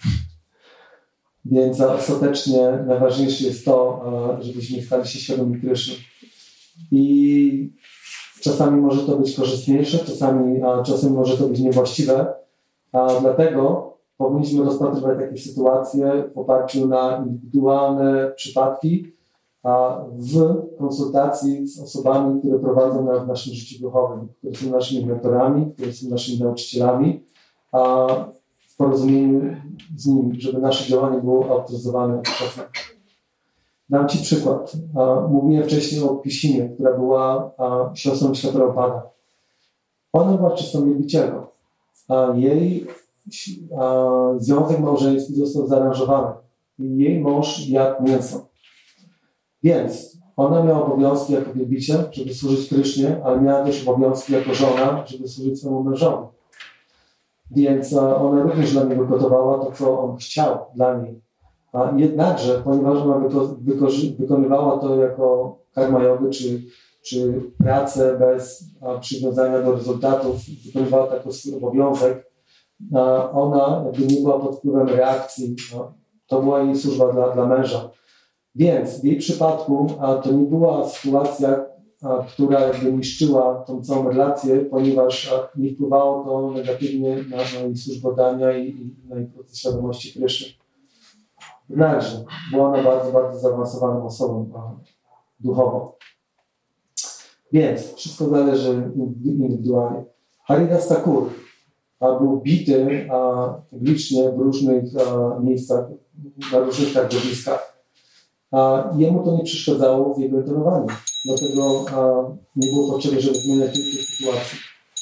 Więc a, ostatecznie najważniejsze jest to, a, żebyśmy stali się świadomi Kryszny. I czasami może to być korzystniejsze, czasami, a czasem może to być niewłaściwe, a dlatego powinniśmy rozpatrywać takie sytuacje w oparciu na indywidualne przypadki, a w konsultacji z osobami, które prowadzą nas w naszym życiu duchowym, które są naszymi mentorami, które są naszymi nauczycielami, a w porozumieniu z nimi, żeby nasze działanie było autoryzowane czasem. Dam Ci przykład. Mówiłem wcześniej o Pisinie, która była siostrą Światoropada. Ona była czystą wielbicielką, a jej a, związek małżeński został zaaranżowany. Jej mąż jadł mięso. Więc ona miała obowiązki jako wielbiciel, żeby służyć Krysznie, ale miała też obowiązki jako żona, żeby służyć swojemu mężowi. Więc a, ona również dla niego gotowała to, co on chciał dla niej. A jednakże, ponieważ ona wyko- wyko- wykonywała to jako karma jogy, czy, czy pracę bez a, przywiązania do rezultatów, wykonywała to jako swój obowiązek, a ona jakby nie była pod wpływem reakcji. A, to była jej służba dla, dla męża. Więc w jej przypadku a, to nie była sytuacja, a, która jakby niszczyła tą całą relację, ponieważ a, nie wpływało to negatywnie na, na jej służbodania i, i na jej proces świadomości Kryszny. Jednakże była ona bardzo, bardzo zaawansowaną osobą a, duchowo. Więc wszystko zależy indywidualnie. Haridas Thakur a, był bity a, licznie w różnych a, miejscach, na różnych targowiskach. A jemu to nie przeszkadzało w jego intonowaniu. Dlatego a, nie było potrzeby, żeby zmieniać tej sytuacji.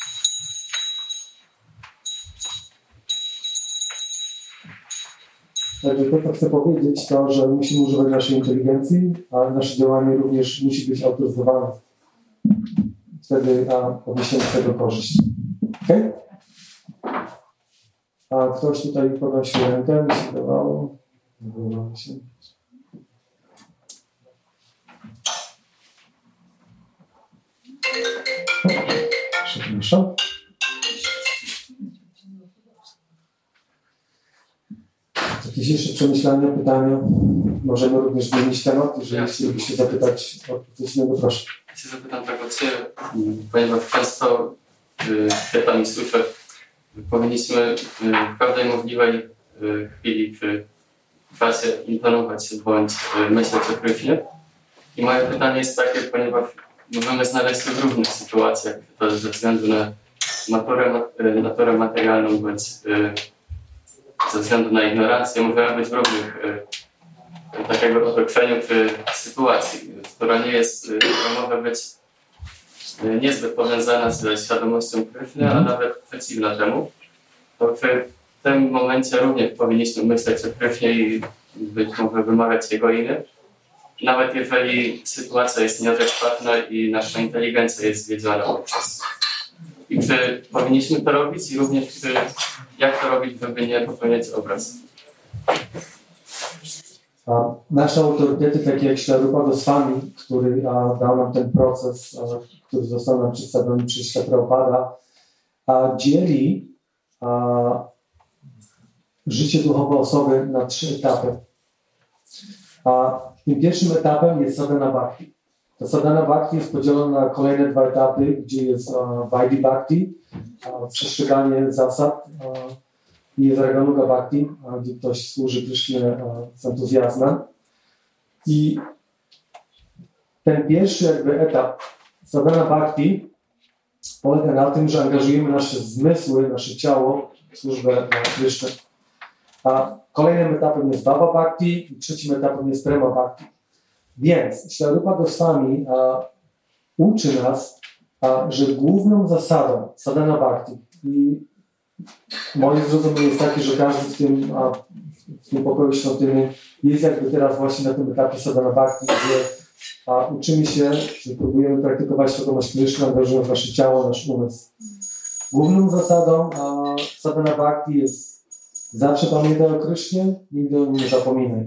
Także to, co chcę powiedzieć, to, że musimy używać naszej inteligencji, a nasze działanie również musi być autoryzowane. Wtedy a, odniesiemy z tego korzyść. Okay? A ktoś tutaj podnosi rękę, mi się wydawało. Wydawało się. Przepraszam. Jakieś jeszcze przemyślenia, pytania? Możemy również zmienić temat, jeżeli chcielibyście zapytać o coś innego, proszę. Ja się zapytam tak od Ciebie, ponieważ często ja Pani słyszę, powinniśmy w każdej możliwej chwili, w fazie intonować bądź myśleć o Krysznie. I moje pytanie jest takie, ponieważ możemy znaleźć się w różnych sytuacjach, to ze względu na naturę, naturę materialną bądź ze względu na ignorancję, możemy być w różnych takiego otoczeniu sytuacji, która nie jest, która może być niezbyt powiązana ze świadomością Kryszny, a nawet przeciwna temu. To w tym momencie również powinniśmy myśleć o Krysznie i być może wymawiać jego imię. Nawet jeżeli sytuacja jest nieadekwatna i nasza inteligencja jest zwiedziona poprzez. I czy powinniśmy to robić i również czy, jak to robić, żeby nie popełniać obraz. A nasze autorytety, takie jak Ślarupa Goswami, który a, dał nam ten proces, a, który został nam przedstawiony przez Śla Prabhupada, a dzieli a, życie duchowe osoby na trzy etapy. A tym pierwszym etapem jest sadhana bhakti. Ta sadhana bhakti jest podzielona na kolejne dwa etapy, gdzie jest uh, vaidhi bhakti, uh, przestrzeganie zasad, uh, i jest raganuga bhakti, uh, gdzie ktoś służy Krysznie uh, z entuzjazmem. I ten pierwszy jakby etap sadhana bhakti polega na tym, że angażujemy nasze zmysły, nasze ciało w służbę dla Kryszny. A kolejnym etapem jest Bhava Bhakti i trzecim etapem jest Prema Bhakti. Więc Ślarupa Goswami a, uczy nas, a, że główną zasadą sadhana bhakti i moje zrozumienie jest takie, że każdy w tym, a, w tym pokoju świątynnym jest jakby teraz właśnie na tym etapie sadhana bhakti, gdzie a, uczymy się, że próbujemy praktykować świadomość Kryszny, angażując nasze ciało, nasz umysł. Główną zasadą a, sadhana bhakti jest zawsze pamiętaj o Krysznie, nigdy o nim nie zapominaj.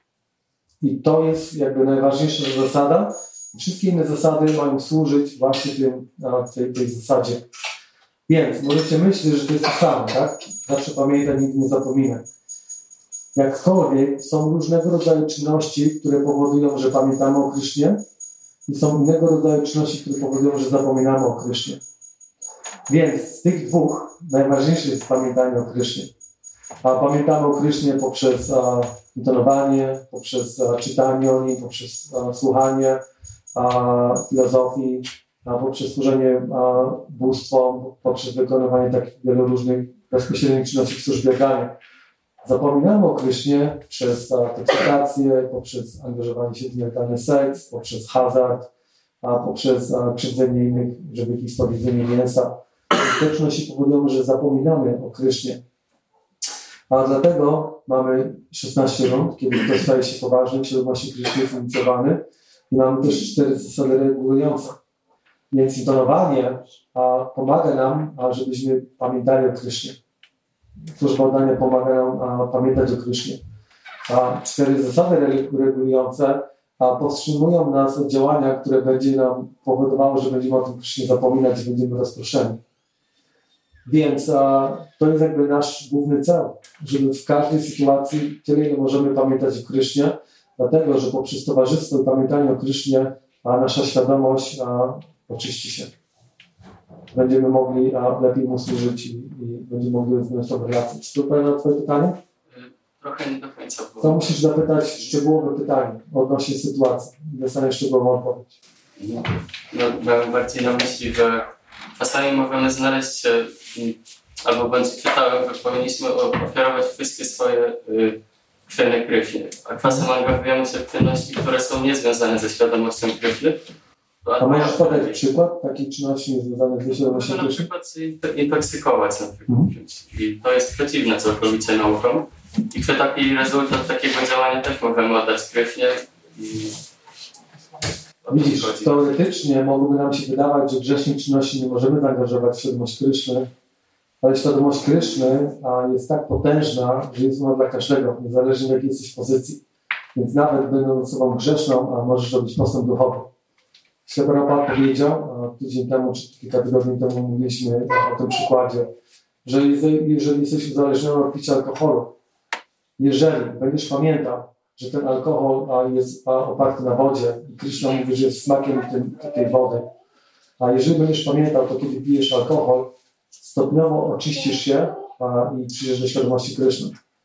I to jest jakby najważniejsza zasada. Wszystkie inne zasady mają służyć właśnie tym, tej, tej zasadzie. Więc możecie myśleć, że to jest to samo, tak? Zawsze pamiętaj, nigdy nie zapominaj. Jakkolwiek są różnego rodzaju czynności, które powodują, że pamiętamy o Krysznie i są innego rodzaju czynności, które powodują, że zapominamy o Krysznie. Więc z tych dwóch najważniejsze jest pamiętanie o Krysznie. A pamiętamy o Krysznie poprzez a, intonowanie, poprzez a, czytanie o nim, poprzez a, słuchanie a, filozofii, a, poprzez służenie a, bóstwom, poprzez wykonywanie takich wielu różnych bezpośrednich czynności w służbie biegania. Zapominamy o Krysznie przez a, toksykację, poprzez angażowanie się w nielegalny seks, poprzez hazard, a, poprzez a, krzywdzenie innych, żeby ich spowiedzenie mięsa. Te czynności powodują, że zapominamy o Krysznie. A dlatego mamy szesnaście rund, kiedy ktoś staje się poważny, świadomości Kryszny jest inicjowany i mamy też cztery zasady regulujące. Więc intonowanie a, pomaga nam, a, żebyśmy pamiętali o Krysznie. Służba oddania pomaga nam a, pamiętać o Krysznie. A cztery zasady regulujące a, powstrzymują nas od działania, które będzie nam powodowało, że będziemy o tym Krysznie zapominać i będziemy rozproszeni. Więc a, to jest jakby nasz główny cel, żeby w każdej sytuacji tyle, ile możemy pamiętać o Krysznie, dlatego, że poprzez towarzystwo i pamiętanie o Krysznie a nasza świadomość a, oczyści się. Będziemy mogli a, lepiej mu służyć i, i będziemy mogli rozwiązać tą relację. Czy to odpowiada na twoje pytanie? Trochę nie do końca było. To musisz zapytać szczegółowe pytanie odnośnie sytuacji i dostaniesz szczegółową odpowiedź. No, no, miałem bardziej na myśli, że czasami możemy znaleźć się, albo bądź czytałem, że powinniśmy ofiarować wszystkie swoje y, krwione Kryszny. A czasem angażujemy się w czynności, które są niezwiązane ze świadomością Kryszny. A możesz podać przykład takich czynności niezwiązanych ze świadomością Kryszny? Na Kryszny? przykład intoksykować na przykład. Mhm. I to jest przeciwne całkowicie naukom. I przy taki rezultat takiego działania też możemy oddać Krysznie. I widzisz, teoretycznie mogłoby nam się wydawać, że grzesznych czynności nie możemy zaangażować w świadomość Kryszny, ale świadomość Kryszny a, jest tak potężna, że jest ona dla każdego, niezależnie w jakiej jesteś pozycji. Więc nawet będąc osobą grzeszną, a możesz robić postęp duchowy. Śla Prabhupada powiedział, a tydzień temu czy kilka tygodni temu mówiliśmy a, o tym przykładzie, że jeżeli jesteś uzależniony od picia alkoholu, jeżeli będziesz pamiętał, że ten alkohol a, jest a, oparty na wodzie i Kryszna mówi, że jest smakiem tym, tej wody, a jeżeli będziesz pamiętał, to kiedy pijesz alkohol, stopniowo oczyścisz się a, i przyjdziesz do świadomości Kryszny.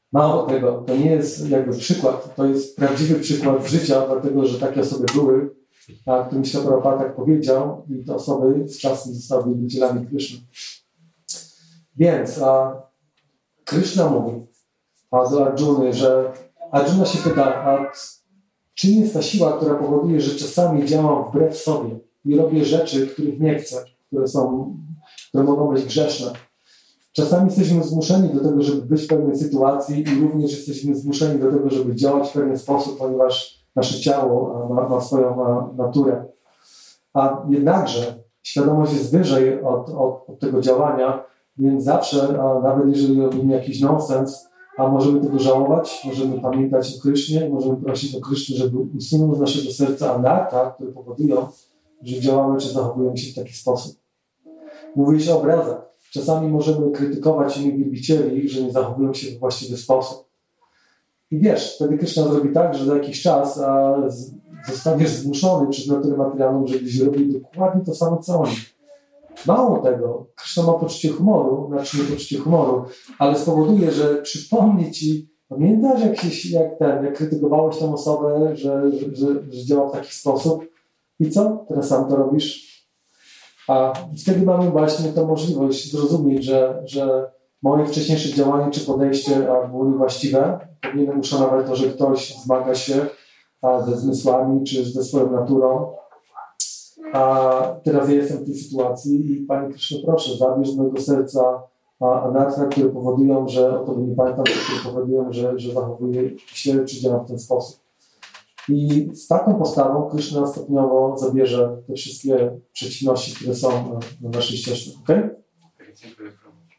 Mało tego, to nie jest jakby przykład, to jest prawdziwy przykład życia, dlatego że takie osoby były, a którym Śrila Prabhupada tak powiedział i te osoby z czasem zostały wielbicielami Kryszny. Więc a Kryszna mówi a do Arjuny, że Arjuna się pyta, a czym jest ta siła, która powoduje, że czasami działam wbrew sobie i robię rzeczy, których nie chcę, które są, które mogą być grzeszne. Czasami jesteśmy zmuszeni do tego, żeby być w pewnej sytuacji i również jesteśmy zmuszeni do tego, żeby działać w pewien sposób, ponieważ nasze ciało ma, ma swoją ma naturę. A jednakże świadomość jest wyżej od, od, od tego działania, więc zawsze, a nawet jeżeli robimy jakiś nonsens, a możemy tego żałować, możemy pamiętać o Krysznie, możemy prosić o Kryszny, żeby usunął z naszego serca anarta, które powodują, że działamy czy zachowujemy się w taki sposób. Mówi się o obrazach. Czasami możemy krytykować innych wielbicieli, że nie zachowują się w właściwy sposób. I wiesz, wtedy Kryszna zrobi tak, że za jakiś czas a, z, zostaniesz zmuszony przez naturę materialną, żebyś robił dokładnie to samo, co oni. Mało tego, Kryszna ma poczucie humoru, znaczy nie poczucie humoru, ale spowoduje, że przypomni ci, pamiętasz jak, się, jak, ten, jak krytykowałeś tę osobę, że, że, że, że działa w taki sposób i co? Teraz sam to robisz? A wtedy mamy właśnie tę możliwość zrozumieć, że, że moje wcześniejsze działanie czy podejście a, było niewłaściwe. Powinienem uszanować to, że ktoś zmaga się a, ze zmysłami czy ze swoją naturą. A teraz ja jestem w tej sytuacji i Panie Kryszno, proszę, zabierz z mojego serca anartha, które powodują, że o tobie nie pamiętam, które powodują, że, że zachowuję się czy działam w ten sposób. I z taką postawą Kryszna stopniowo zabierze te wszystkie przeciwności, które są na, na naszej ścieżce. Ok? Dziękuję.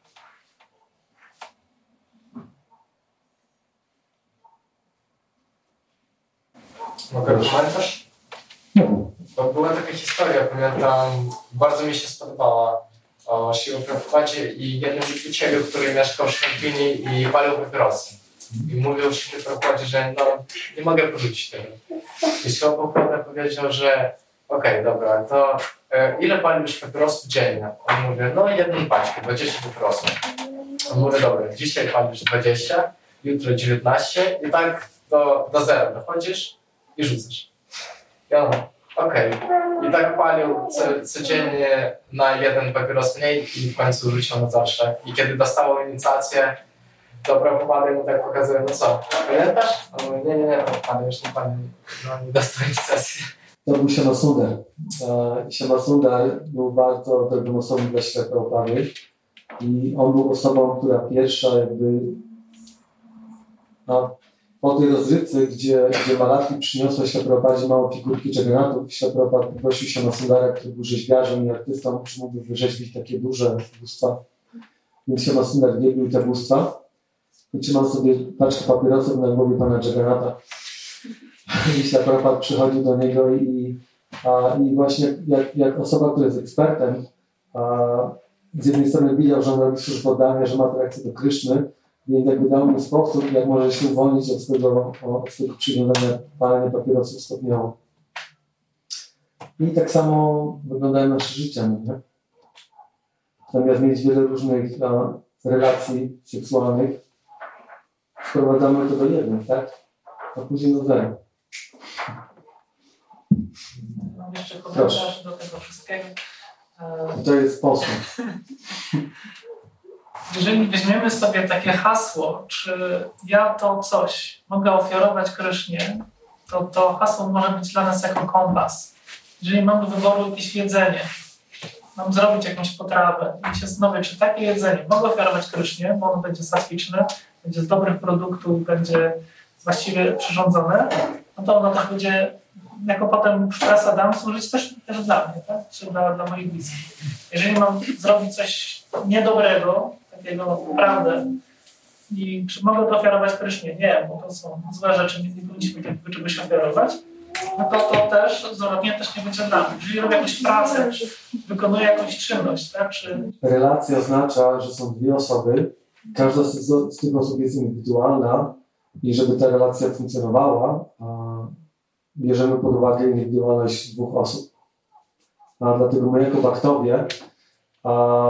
Mogę pamiętasz? No. To była taka historia, pamiętam, bardzo mi się spodobała o Śrila Prabhupadzie i jednym wielbicielu, który mieszkał w świątyni i palił papierosy. I mówił Śrila Prabhupadzie, że no, nie mogę porzucić tego. I Śrila Prabhupada powiedział, że okej, okay, dobra, to e, ile palisz papierosów dziennie? On mówi, no jedną paczkę, dwadzieścia papierosów. On mówi, dobra, dzisiaj palisz dwadzieścia, jutro dziewiętnaście i tak do, do zera dochodzisz i rzucasz. I on, okej. Okay. I tak palił co, codziennie na jeden papieros mniej i w końcu rzucił na zawsze. I kiedy dostało inicjację, to Prabhupada mu tak pokazuje, no co, pamiętasz? On mówi, nie, nie, nie, pan już nie pamiętam, no nie dostał inicjacji. To był Śama Sundar. Śama Sundar był bardzo dobrym osobą dla Śrila Prabhupady i on był osobą, która pierwsza jakby no, po tej rozrywce, gdzie, gdzie Malati przyniosła Śrila Prabhupadzie małe figurki Jaggannatów, Śrila Prabhupada poprosił Śama Sundara, który był rzeźbiarzem i artystą, czy mógłby wyrzeźbić takie duże bóstwa. Więc Śama Sundar wielbił te bóstwa i trzymał sobie paczkę papierosów na głowie pana Jaggannatha. I Śrila Prabhupada przychodził do niego i, a, i właśnie jak, jak osoba, która jest ekspertem, a, z jednej strony widział, że on robi służbę oddania, że ma atrakcję do Kryszny, więc jakby dał mu sposób, jak może się uwolnić od swojego, od swojego przywiązania palenia papierosów stopniowo. I tak samo wyglądają nasze życia, nie? Zamiast mieć wiele różnych a, relacji seksualnych, wprowadzamy to do jednej, tak? A później do zera. Mam jeszcze komentarz do tego wszystkiego. To jest sposób. Jeżeli weźmiemy sobie takie hasło, czy ja to coś mogę ofiarować Krysznie, to to hasło może być dla nas jako kompas. Jeżeli mam do wyboru jakieś jedzenie, mam zrobić jakąś potrawę i się zastanowię, czy takie jedzenie mogę ofiarować Krysznie, bo ono będzie satwiczne, będzie z dobrych produktów, będzie właściwie przyrządzone, no to ono tak będzie jako potem prasadam służyć też, też dla mnie, tak? Czy dla, dla moich bliskich. Jeżeli mam zrobić coś niedobrego, takiego naprawdę, i czy mogę to ofiarować Krysznie? Nie, bo to są złe rzeczy, nie, nie powinniśmy tego czegoś ofiarować, no to to też, zwrotnie też nie będzie dla mnie. Jeżeli robię jakąś pracę, wykonuję jakąś czynność, tak? Czy... Relacja oznacza, że są dwie osoby, każda z, z tych osób jest indywidualna i żeby ta relacja funkcjonowała, bierzemy pod uwagę indywidualność dwóch osób. A dlatego my jako baktowie a,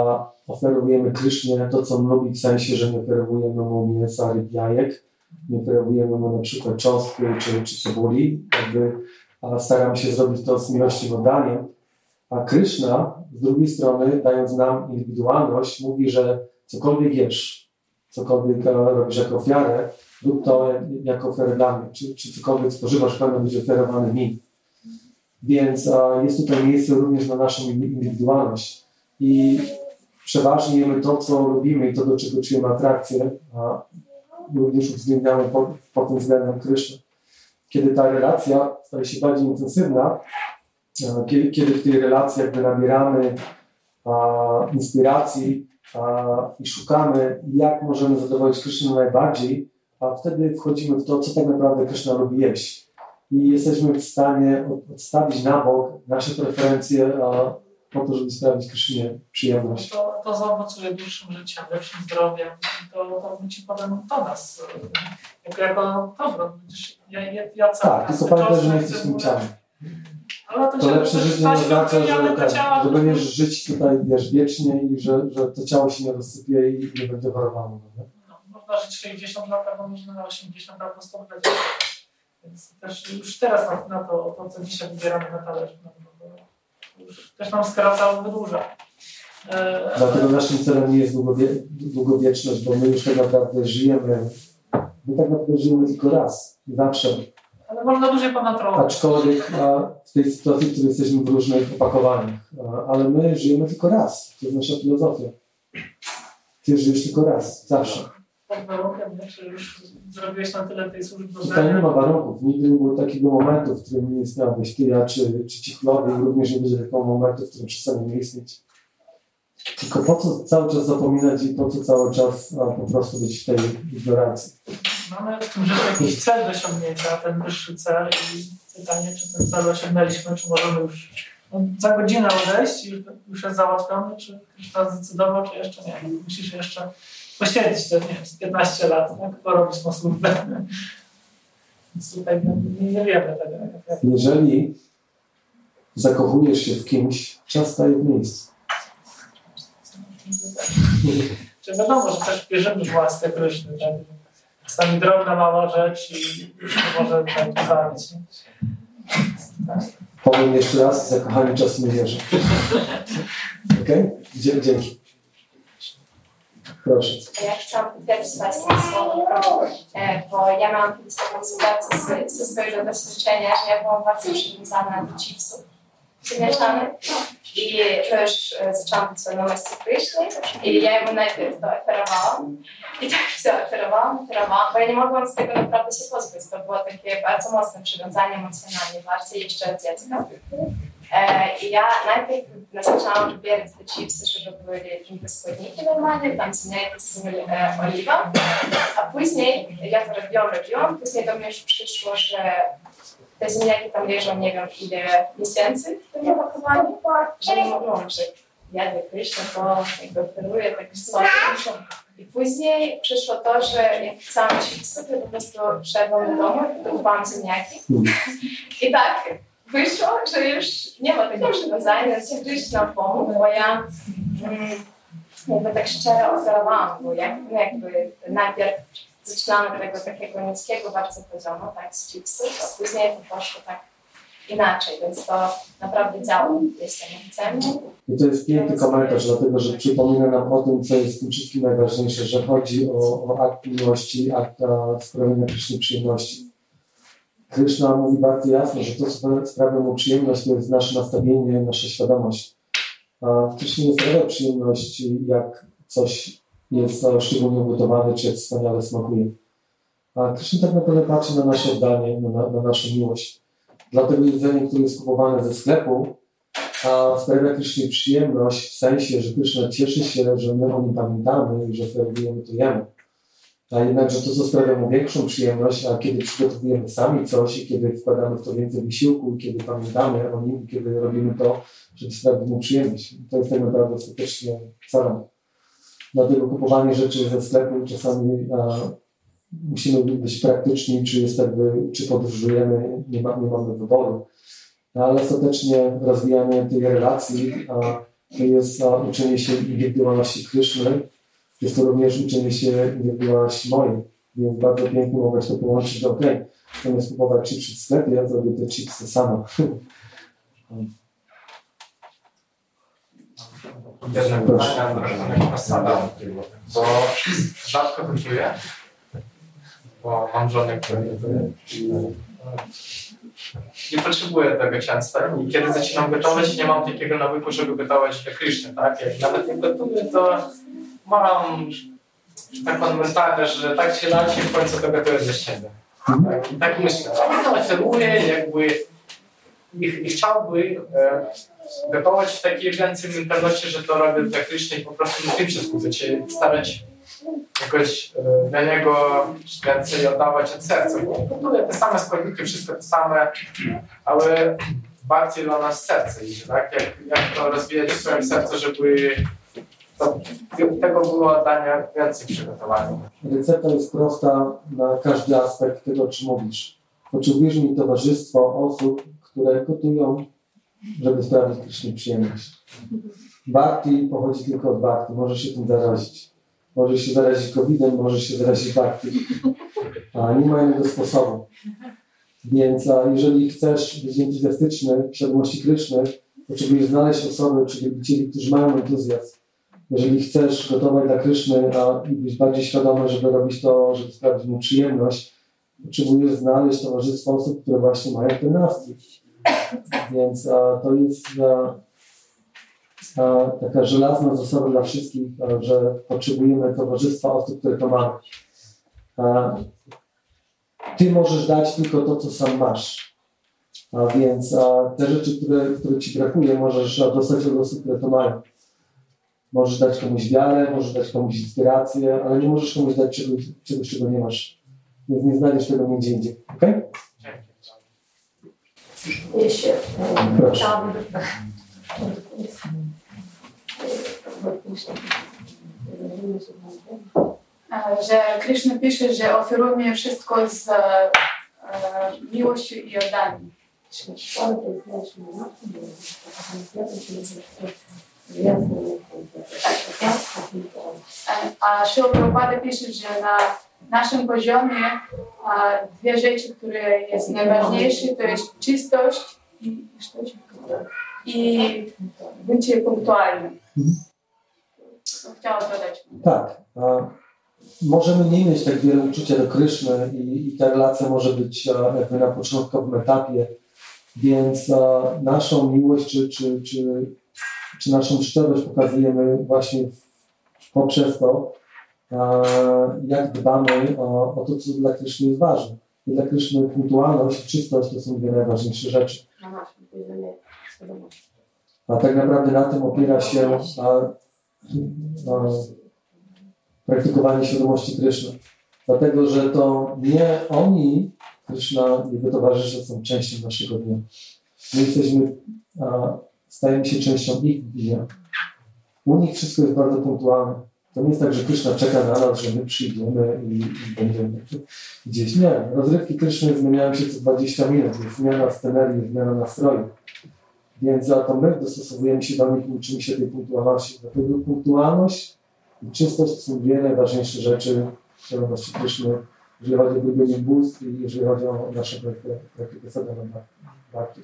oferujemy Krysznie to, co on lubi, w sensie, że nie oferujemy mu mięsa, ryb, jajek, nie oferujemy mu na przykład cząstki czy, czy cebuli, jakby a staramy się zrobić to z miłością i oddaniem. A Kryszna z drugiej strony, dając nam indywidualność, mówi, że cokolwiek jesz, cokolwiek robisz jako ofiarę, rób to jako ofiarę dla mnie, czy, czy cokolwiek spożywasz, powinno być ofiarowane mi. Więc a, jest tutaj miejsce również na naszą indywidualność. I przeważnie jemy to, co lubimy i to, do czego czujemy atrakcję, a również uwzględniamy pod, pod tym względem Kryszny. Kiedy ta relacja staje się bardziej intensywna, kiedy, kiedy w tej relacji jakby nabieramy a, inspiracji a, i szukamy, jak możemy zadowolić Krysznę najbardziej, a wtedy wchodzimy w to, co tak naprawdę Kryszna lubi jeść. I jesteśmy w stanie odstawić na bok nasze preferencje a, po to, żeby sprawić Krysznie przyjemność. To, to zaowocuje dłuższym życiem, lepszym zdrowiem. To, to wróci potem do nas. Jako, jako dobro. Ja, ja, ja tak, tylko pamiętaj, że nie jesteśmy ciałem. To, to lepsze życie nie oznacza, że, tak, że będziesz żyć tutaj, wiesz, wiecznie i że, że to ciało się nie rozsypie i nie będzie chorowało. No, można żyć sześćdziesiąt lat, albo można na osiemdziesiąt albo sto dwadzieścia. Więc też już teraz na, na to, to, co dzisiaj wybieramy na talerz, no, no, już też nam skraca, wydłuża. E, Dlatego naszym celem nie jest długowie, długowieczność, bo my już tak naprawdę żyjemy, my tak naprawdę żyjemy tylko raz, zawsze. Ale można dłużej ponadrobić. Aczkolwiek a, w tej sytuacji, w której jesteśmy w różnych opakowaniach, a, ale my żyjemy tylko raz. To jest nasza filozofia. Ty żyjesz tylko raz, zawsze. Pod warunkiem, że już zrobiłeś na tyle tej służby. Tutaj nie ma warunków. Nigdy nie było takiego momentu, w którym nie istniałeś ty, ja czy, czy ci chlowie, i również nie będzie takiego momentu, w którym przestanie nie istnieć. Tylko po co cały czas zapominać i po co cały czas a, po prostu być w tej ignorancji. Mamy w tym życiu jakiś cel do osiągnięcia, ten wyższy cel i pytanie, czy ten cel osiągnęliśmy, czy możemy już no, za godzinę odejść i już jest załatwiony, czy ktoś nas zdecydował, czy jeszcze nie. Musisz jeszcze poświęcić te, nie wiem, piętnaście lat, tak? Porobić tą służbę. Więc tutaj nie, nie wiemy tego. Jak... Jeżeli zakochujesz się w kimś, czas staje w miejscu. Czy wiadomo, że też bierzemy w łaskę Kryszny, tak? Czasami drobna, mała rzecz i już nie może tak bawić. Tak. Powiem jeszcze raz, zakochanie czasu nie wierzę. Okej? Okay? Dzięki. Proszę. Ja chciałam potwierdzić właśnie słowo, bo ja miałam kiedyś taką sytuację ze swojego doświadczenia, że ja byłam bardzo przywiązana do chipsów przemieszanych i już zaczęłam być świadomą z Kryszny i ja mu najpierw to oferowałam i tak się oferowałam, oferowałam, bo ja nie mogłam z tego naprawdę się pozbyć. To było takie bardzo mocne przywiązanie emocjonalnie, bardziej jeszcze od dziecka. I ja najpierw zaczęłam wybierać te chipsy, żeby były jakieś składniki normalne, tam ziemniaki z e, oliwą, a później ja to robiłam, robiłam, później do mnie już przyszło, że te ziemniaki tam leżą nie wiem ile miesięcy w tym opakowaniu, że nie mogłam, że jadę Kryszny, to jakby oferuję tak słodko. I później przyszło to, że jak chciałam chipsy, to po prostu wszedłam do domu i kupowałam ziemniaki. I tak wyszło, że już nie ma tego przywiązania, więc Kryszny nam pomógł, bo ja mm, jakby tak szczerze oferowałam, bo jakby, jakby najpierw zaczynałam od tego takiego niskiego bardzo poziomu, tak, z chipsów, a później to poszło tak inaczej, więc to naprawdę działa, jeśli nie chcemy. I to jest piękny komentarz, dlatego że przypomina nam o tym, co jest w tym wszystkim najważniejsze, że chodzi o, o akt miłości, akt sprawienia Krysznie przyjemności. Kryszna mówi bardzo jasno, że to, co sprawia mu przyjemność, to jest nasze nastawienie, nasza świadomość. A w Krysznie nie sprawia przyjemności, jak coś jest szczególnie ugotowane, czy jak wspaniale smakuje. A Kryszna tak naprawdę patrzy na nasze oddanie, na, na, na naszą miłość. Dlatego jedzenie, które jest kupowane ze sklepu, a sprawia Krysznie przyjemność w sensie, że Kryszna cieszy się, że my o nim pamiętamy i że oferujemy to jemu. A jednakże to, co sprawia mu większą przyjemność, a kiedy przygotowujemy sami coś i kiedy wkładamy w to więcej wysiłku, i kiedy pamiętamy o nim, i kiedy robimy to, żeby sprawić mu przyjemność. I to jest tak naprawdę ostatecznie celem. Dlatego kupowanie rzeczy ze sklepu czasami a, musimy być praktyczni, czy jest jakby, czy podróżujemy, nie, ma, nie mamy wyboru. No, ale ostatecznie rozwijanie tej relacji a, to jest a, uczenie się indywidualności Kryszny, jest to również uczenie się indywidualności mojej. Więc bardzo pięknie mogę to połączyć, że okej, okay, zamiast kupować chipsy w sklepie, ja zrobię te chipsy sama. Jedno pytanie na Prasada, bo rzadko gotuję, bo mam żonę, która gotuje. Nie potrzebuję tego często i kiedy zaczynam gotować, nie mam takiego nawyku, żeby gotować dla Kryszny, tak? Jak nawet nie gotuję, to mam tak pan mentalny, że tak się lacie, w końcu to gotuję dla siebie. Tak? I tak myślę, to oferuję, jakby i, i chciałby e, gotować w takiej więcej mentalności, że to robię dla Kryszny i po prostu na tym się skupić, się starać jakoś e, dla niego więcej oddawać od serca. Bo gotuję te same składniki, wszystko te same, ale bardziej dla nas serce idzie, tak? Jak, jak to rozwijać w swoim sercu, żeby to, tego było oddania więcej przygotowania. Recepta jest prosta na każdy aspekt tego, o czym mówisz. Potrzebujesz mieć towarzystwo osób, które gotują, żeby sprawić Krysznie przyjemność. Bhakti pochodzi tylko od bhakti, możesz się tym zarazić. Możesz się zarazić kowidem, możesz się zarazić bhakti. A nie ma innego sposobu. Więc a jeżeli chcesz być entuzjastyczny w świadomości Kryszny, potrzebujesz znaleźć osoby czy wielbicieli, którzy mają entuzjazm. Jeżeli chcesz gotować dla Kryszny, a i być bardziej świadomy, żeby robić to, żeby sprawić mu przyjemność, potrzebujesz znaleźć towarzystwo osób, które właśnie mają ten nastrój. Więc a, to jest a, a, taka żelazna zasada dla wszystkich, a, że potrzebujemy towarzystwa osób, które to mają. A, ty możesz dać tylko to, co sam masz. A więc a, te rzeczy, które, które ci brakuje, możesz a, dostać od osób, które to mają. Możesz dać komuś wiarę, możesz dać komuś inspirację, ale nie możesz komuś dać czegoś, czegoś czego nie masz. Więc nie znajdziesz tego nigdzie indziej. Okej? Okay? Jeszcze chciałabym że Kryszna pisze, że oferuje wszystko z e, miłością i oddaniem. A Śrila Prabhupada pisze, że na naszym poziomie a, dwie rzeczy, które jest najważniejsze, to jest czystość i, i bycie punktualnym. To chciałam dodać. Tak. A możemy nie mieć tak wiele uczucia do Kryszny i, i ta relacja może być a, jakby na początkowym etapie, więc a, naszą miłość czy, czy, czy, czy naszą szczerość pokazujemy właśnie w, poprzez to, a, jak dbamy o, o to, co dla Kryszny jest ważne. I dla Kryszny punktualność i czystość to są dwie najważniejsze rzeczy. A tak naprawdę na tym opiera się a, a, praktykowanie świadomości Kryszny. Dlatego, że to nie oni, Kryszna, jego towarzysze, są częścią naszego dnia. My jesteśmy, a, stajemy się częścią ich dnia. U nich wszystko jest bardzo punktualne. To nie jest tak, że Kryszna czeka na nas, że my przyjdziemy i, i będziemy gdzieś. Nie. Rozrywki Kryszny zmieniają się co dwadzieścia minut. Jest zmiana scenerii, jest zmiana nastroju. Więc za to my dostosowujemy się do nich i uczymy się tej punktualności. Dlatego punktualność i czystość to są dwie najważniejsze rzeczy w świadomości Kryszny, jeżeli chodzi o wybienie bóstw i jeżeli chodzi o naszą praktykę sadhana bhakti.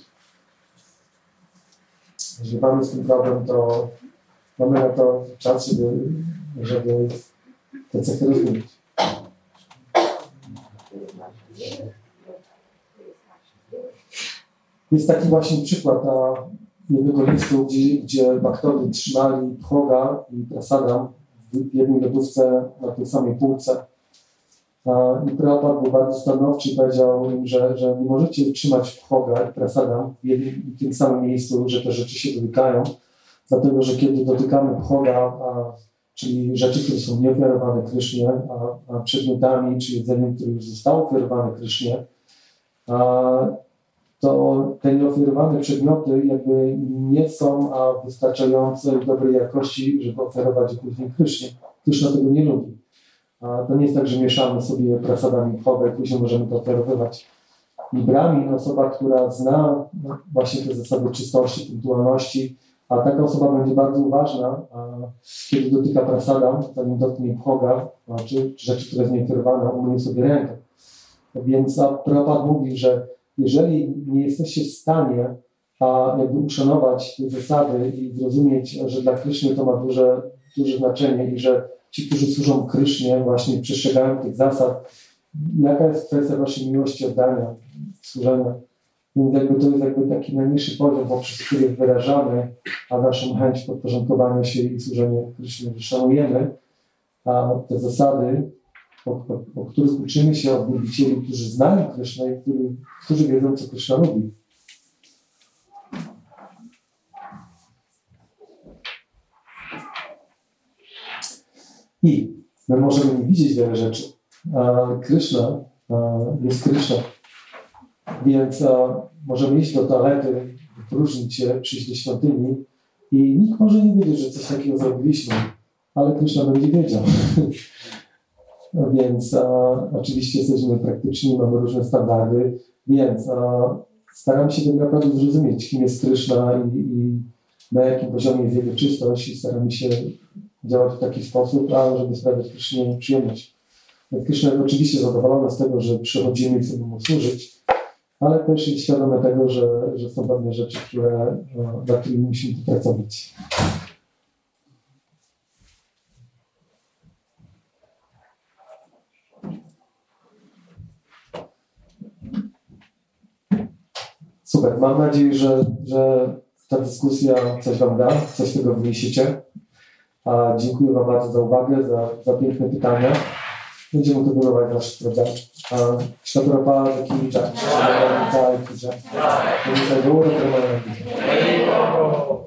Jeżeli mamy z tym problem, to mamy na to czas, żeby, żeby te cechy rozumieć. Jest taki właśnie przykład na jednego listu, gdzie, gdzie baktowie trzymali Bhoga i Prasadam w jednej lodówce na tej samej półce. I Prabhupada był bardzo stanowczy i powiedział im, że, że nie możecie trzymać Bhoga i Prasadam w jednym i tym samym miejscu, że te rzeczy się dotykają, dlatego że kiedy dotykamy Bhoga, a, czyli rzeczy, które są nieofiarowane Krysznie, a, a przedmiotami czy jedzeniem, które już zostało ofiarowane Krysznie, a, to te nieofiarowane przedmioty jakby nie są a, wystarczającej dobrej jakości, żeby ofiarować je później Krysznie. Kryszna tego nie lubi. A to nie jest tak, że mieszamy sobie prasadami Bhoga i później możemy to ofiarowywać. I Brahmin, osoba, która zna właśnie te zasady czystości, punktualności, A taka osoba będzie bardzo uważna, a kiedy dotyka prasadam, zanim dotknie bhoga, znaczy rzeczy, które jest nieoferowane, umyje sobie rękę. Więc Prabhupada mówi, że jeżeli nie jesteście w stanie a jakby uszanować te zasady i zrozumieć, że dla Kryszny to ma duże, duże znaczenie i że ci, którzy służą Krysznie, właśnie przestrzegają tych zasad, jaka jest kwestia waszej miłości, oddania, służenia. Więc jakby to jest jakby taki najniższy poziom, poprzez który wyrażamy a naszą chęć podporządkowania się i służenia Krysznie. Szanujemy a te zasady, o, o, o których uczymy się od wielbicieli, którzy znają Krysznę i którzy, którzy wiedzą, co Kryszna lubi. I my możemy nie widzieć wiele rzeczy. Kryszna jest Kryszna. Więc a, możemy iść do toalety, wypróżnić się, przyjść do świątyni i nikt może nie wiedzieć, że coś takiego zrobiliśmy, ale Kryszna będzie wiedział. Więc a, oczywiście jesteśmy praktyczni, mamy różne standardy, więc a, staramy się tak naprawdę zrozumieć, kim jest Kryszna i, i na jakim poziomie jest jego czystość i staramy się działać w taki sposób, a żeby sprawiać Krysznie przyjemność. Więc Kryszna jest oczywiście zadowolona z tego, że przychodzimy i chcemy mu służyć, ale też jest świadome tego, że, że są pewne rzeczy, które, nad którymi musimy pracować. Super, mam nadzieję, że, że ta dyskusja coś wam da, coś z tego wyniesiecie. A dziękuję wam bardzo za uwagę, za, za piękne pytania. Będziemy kontynuować nasz program. Shri Prabhupada ki jai. Jai ki jai. Jai ki jai.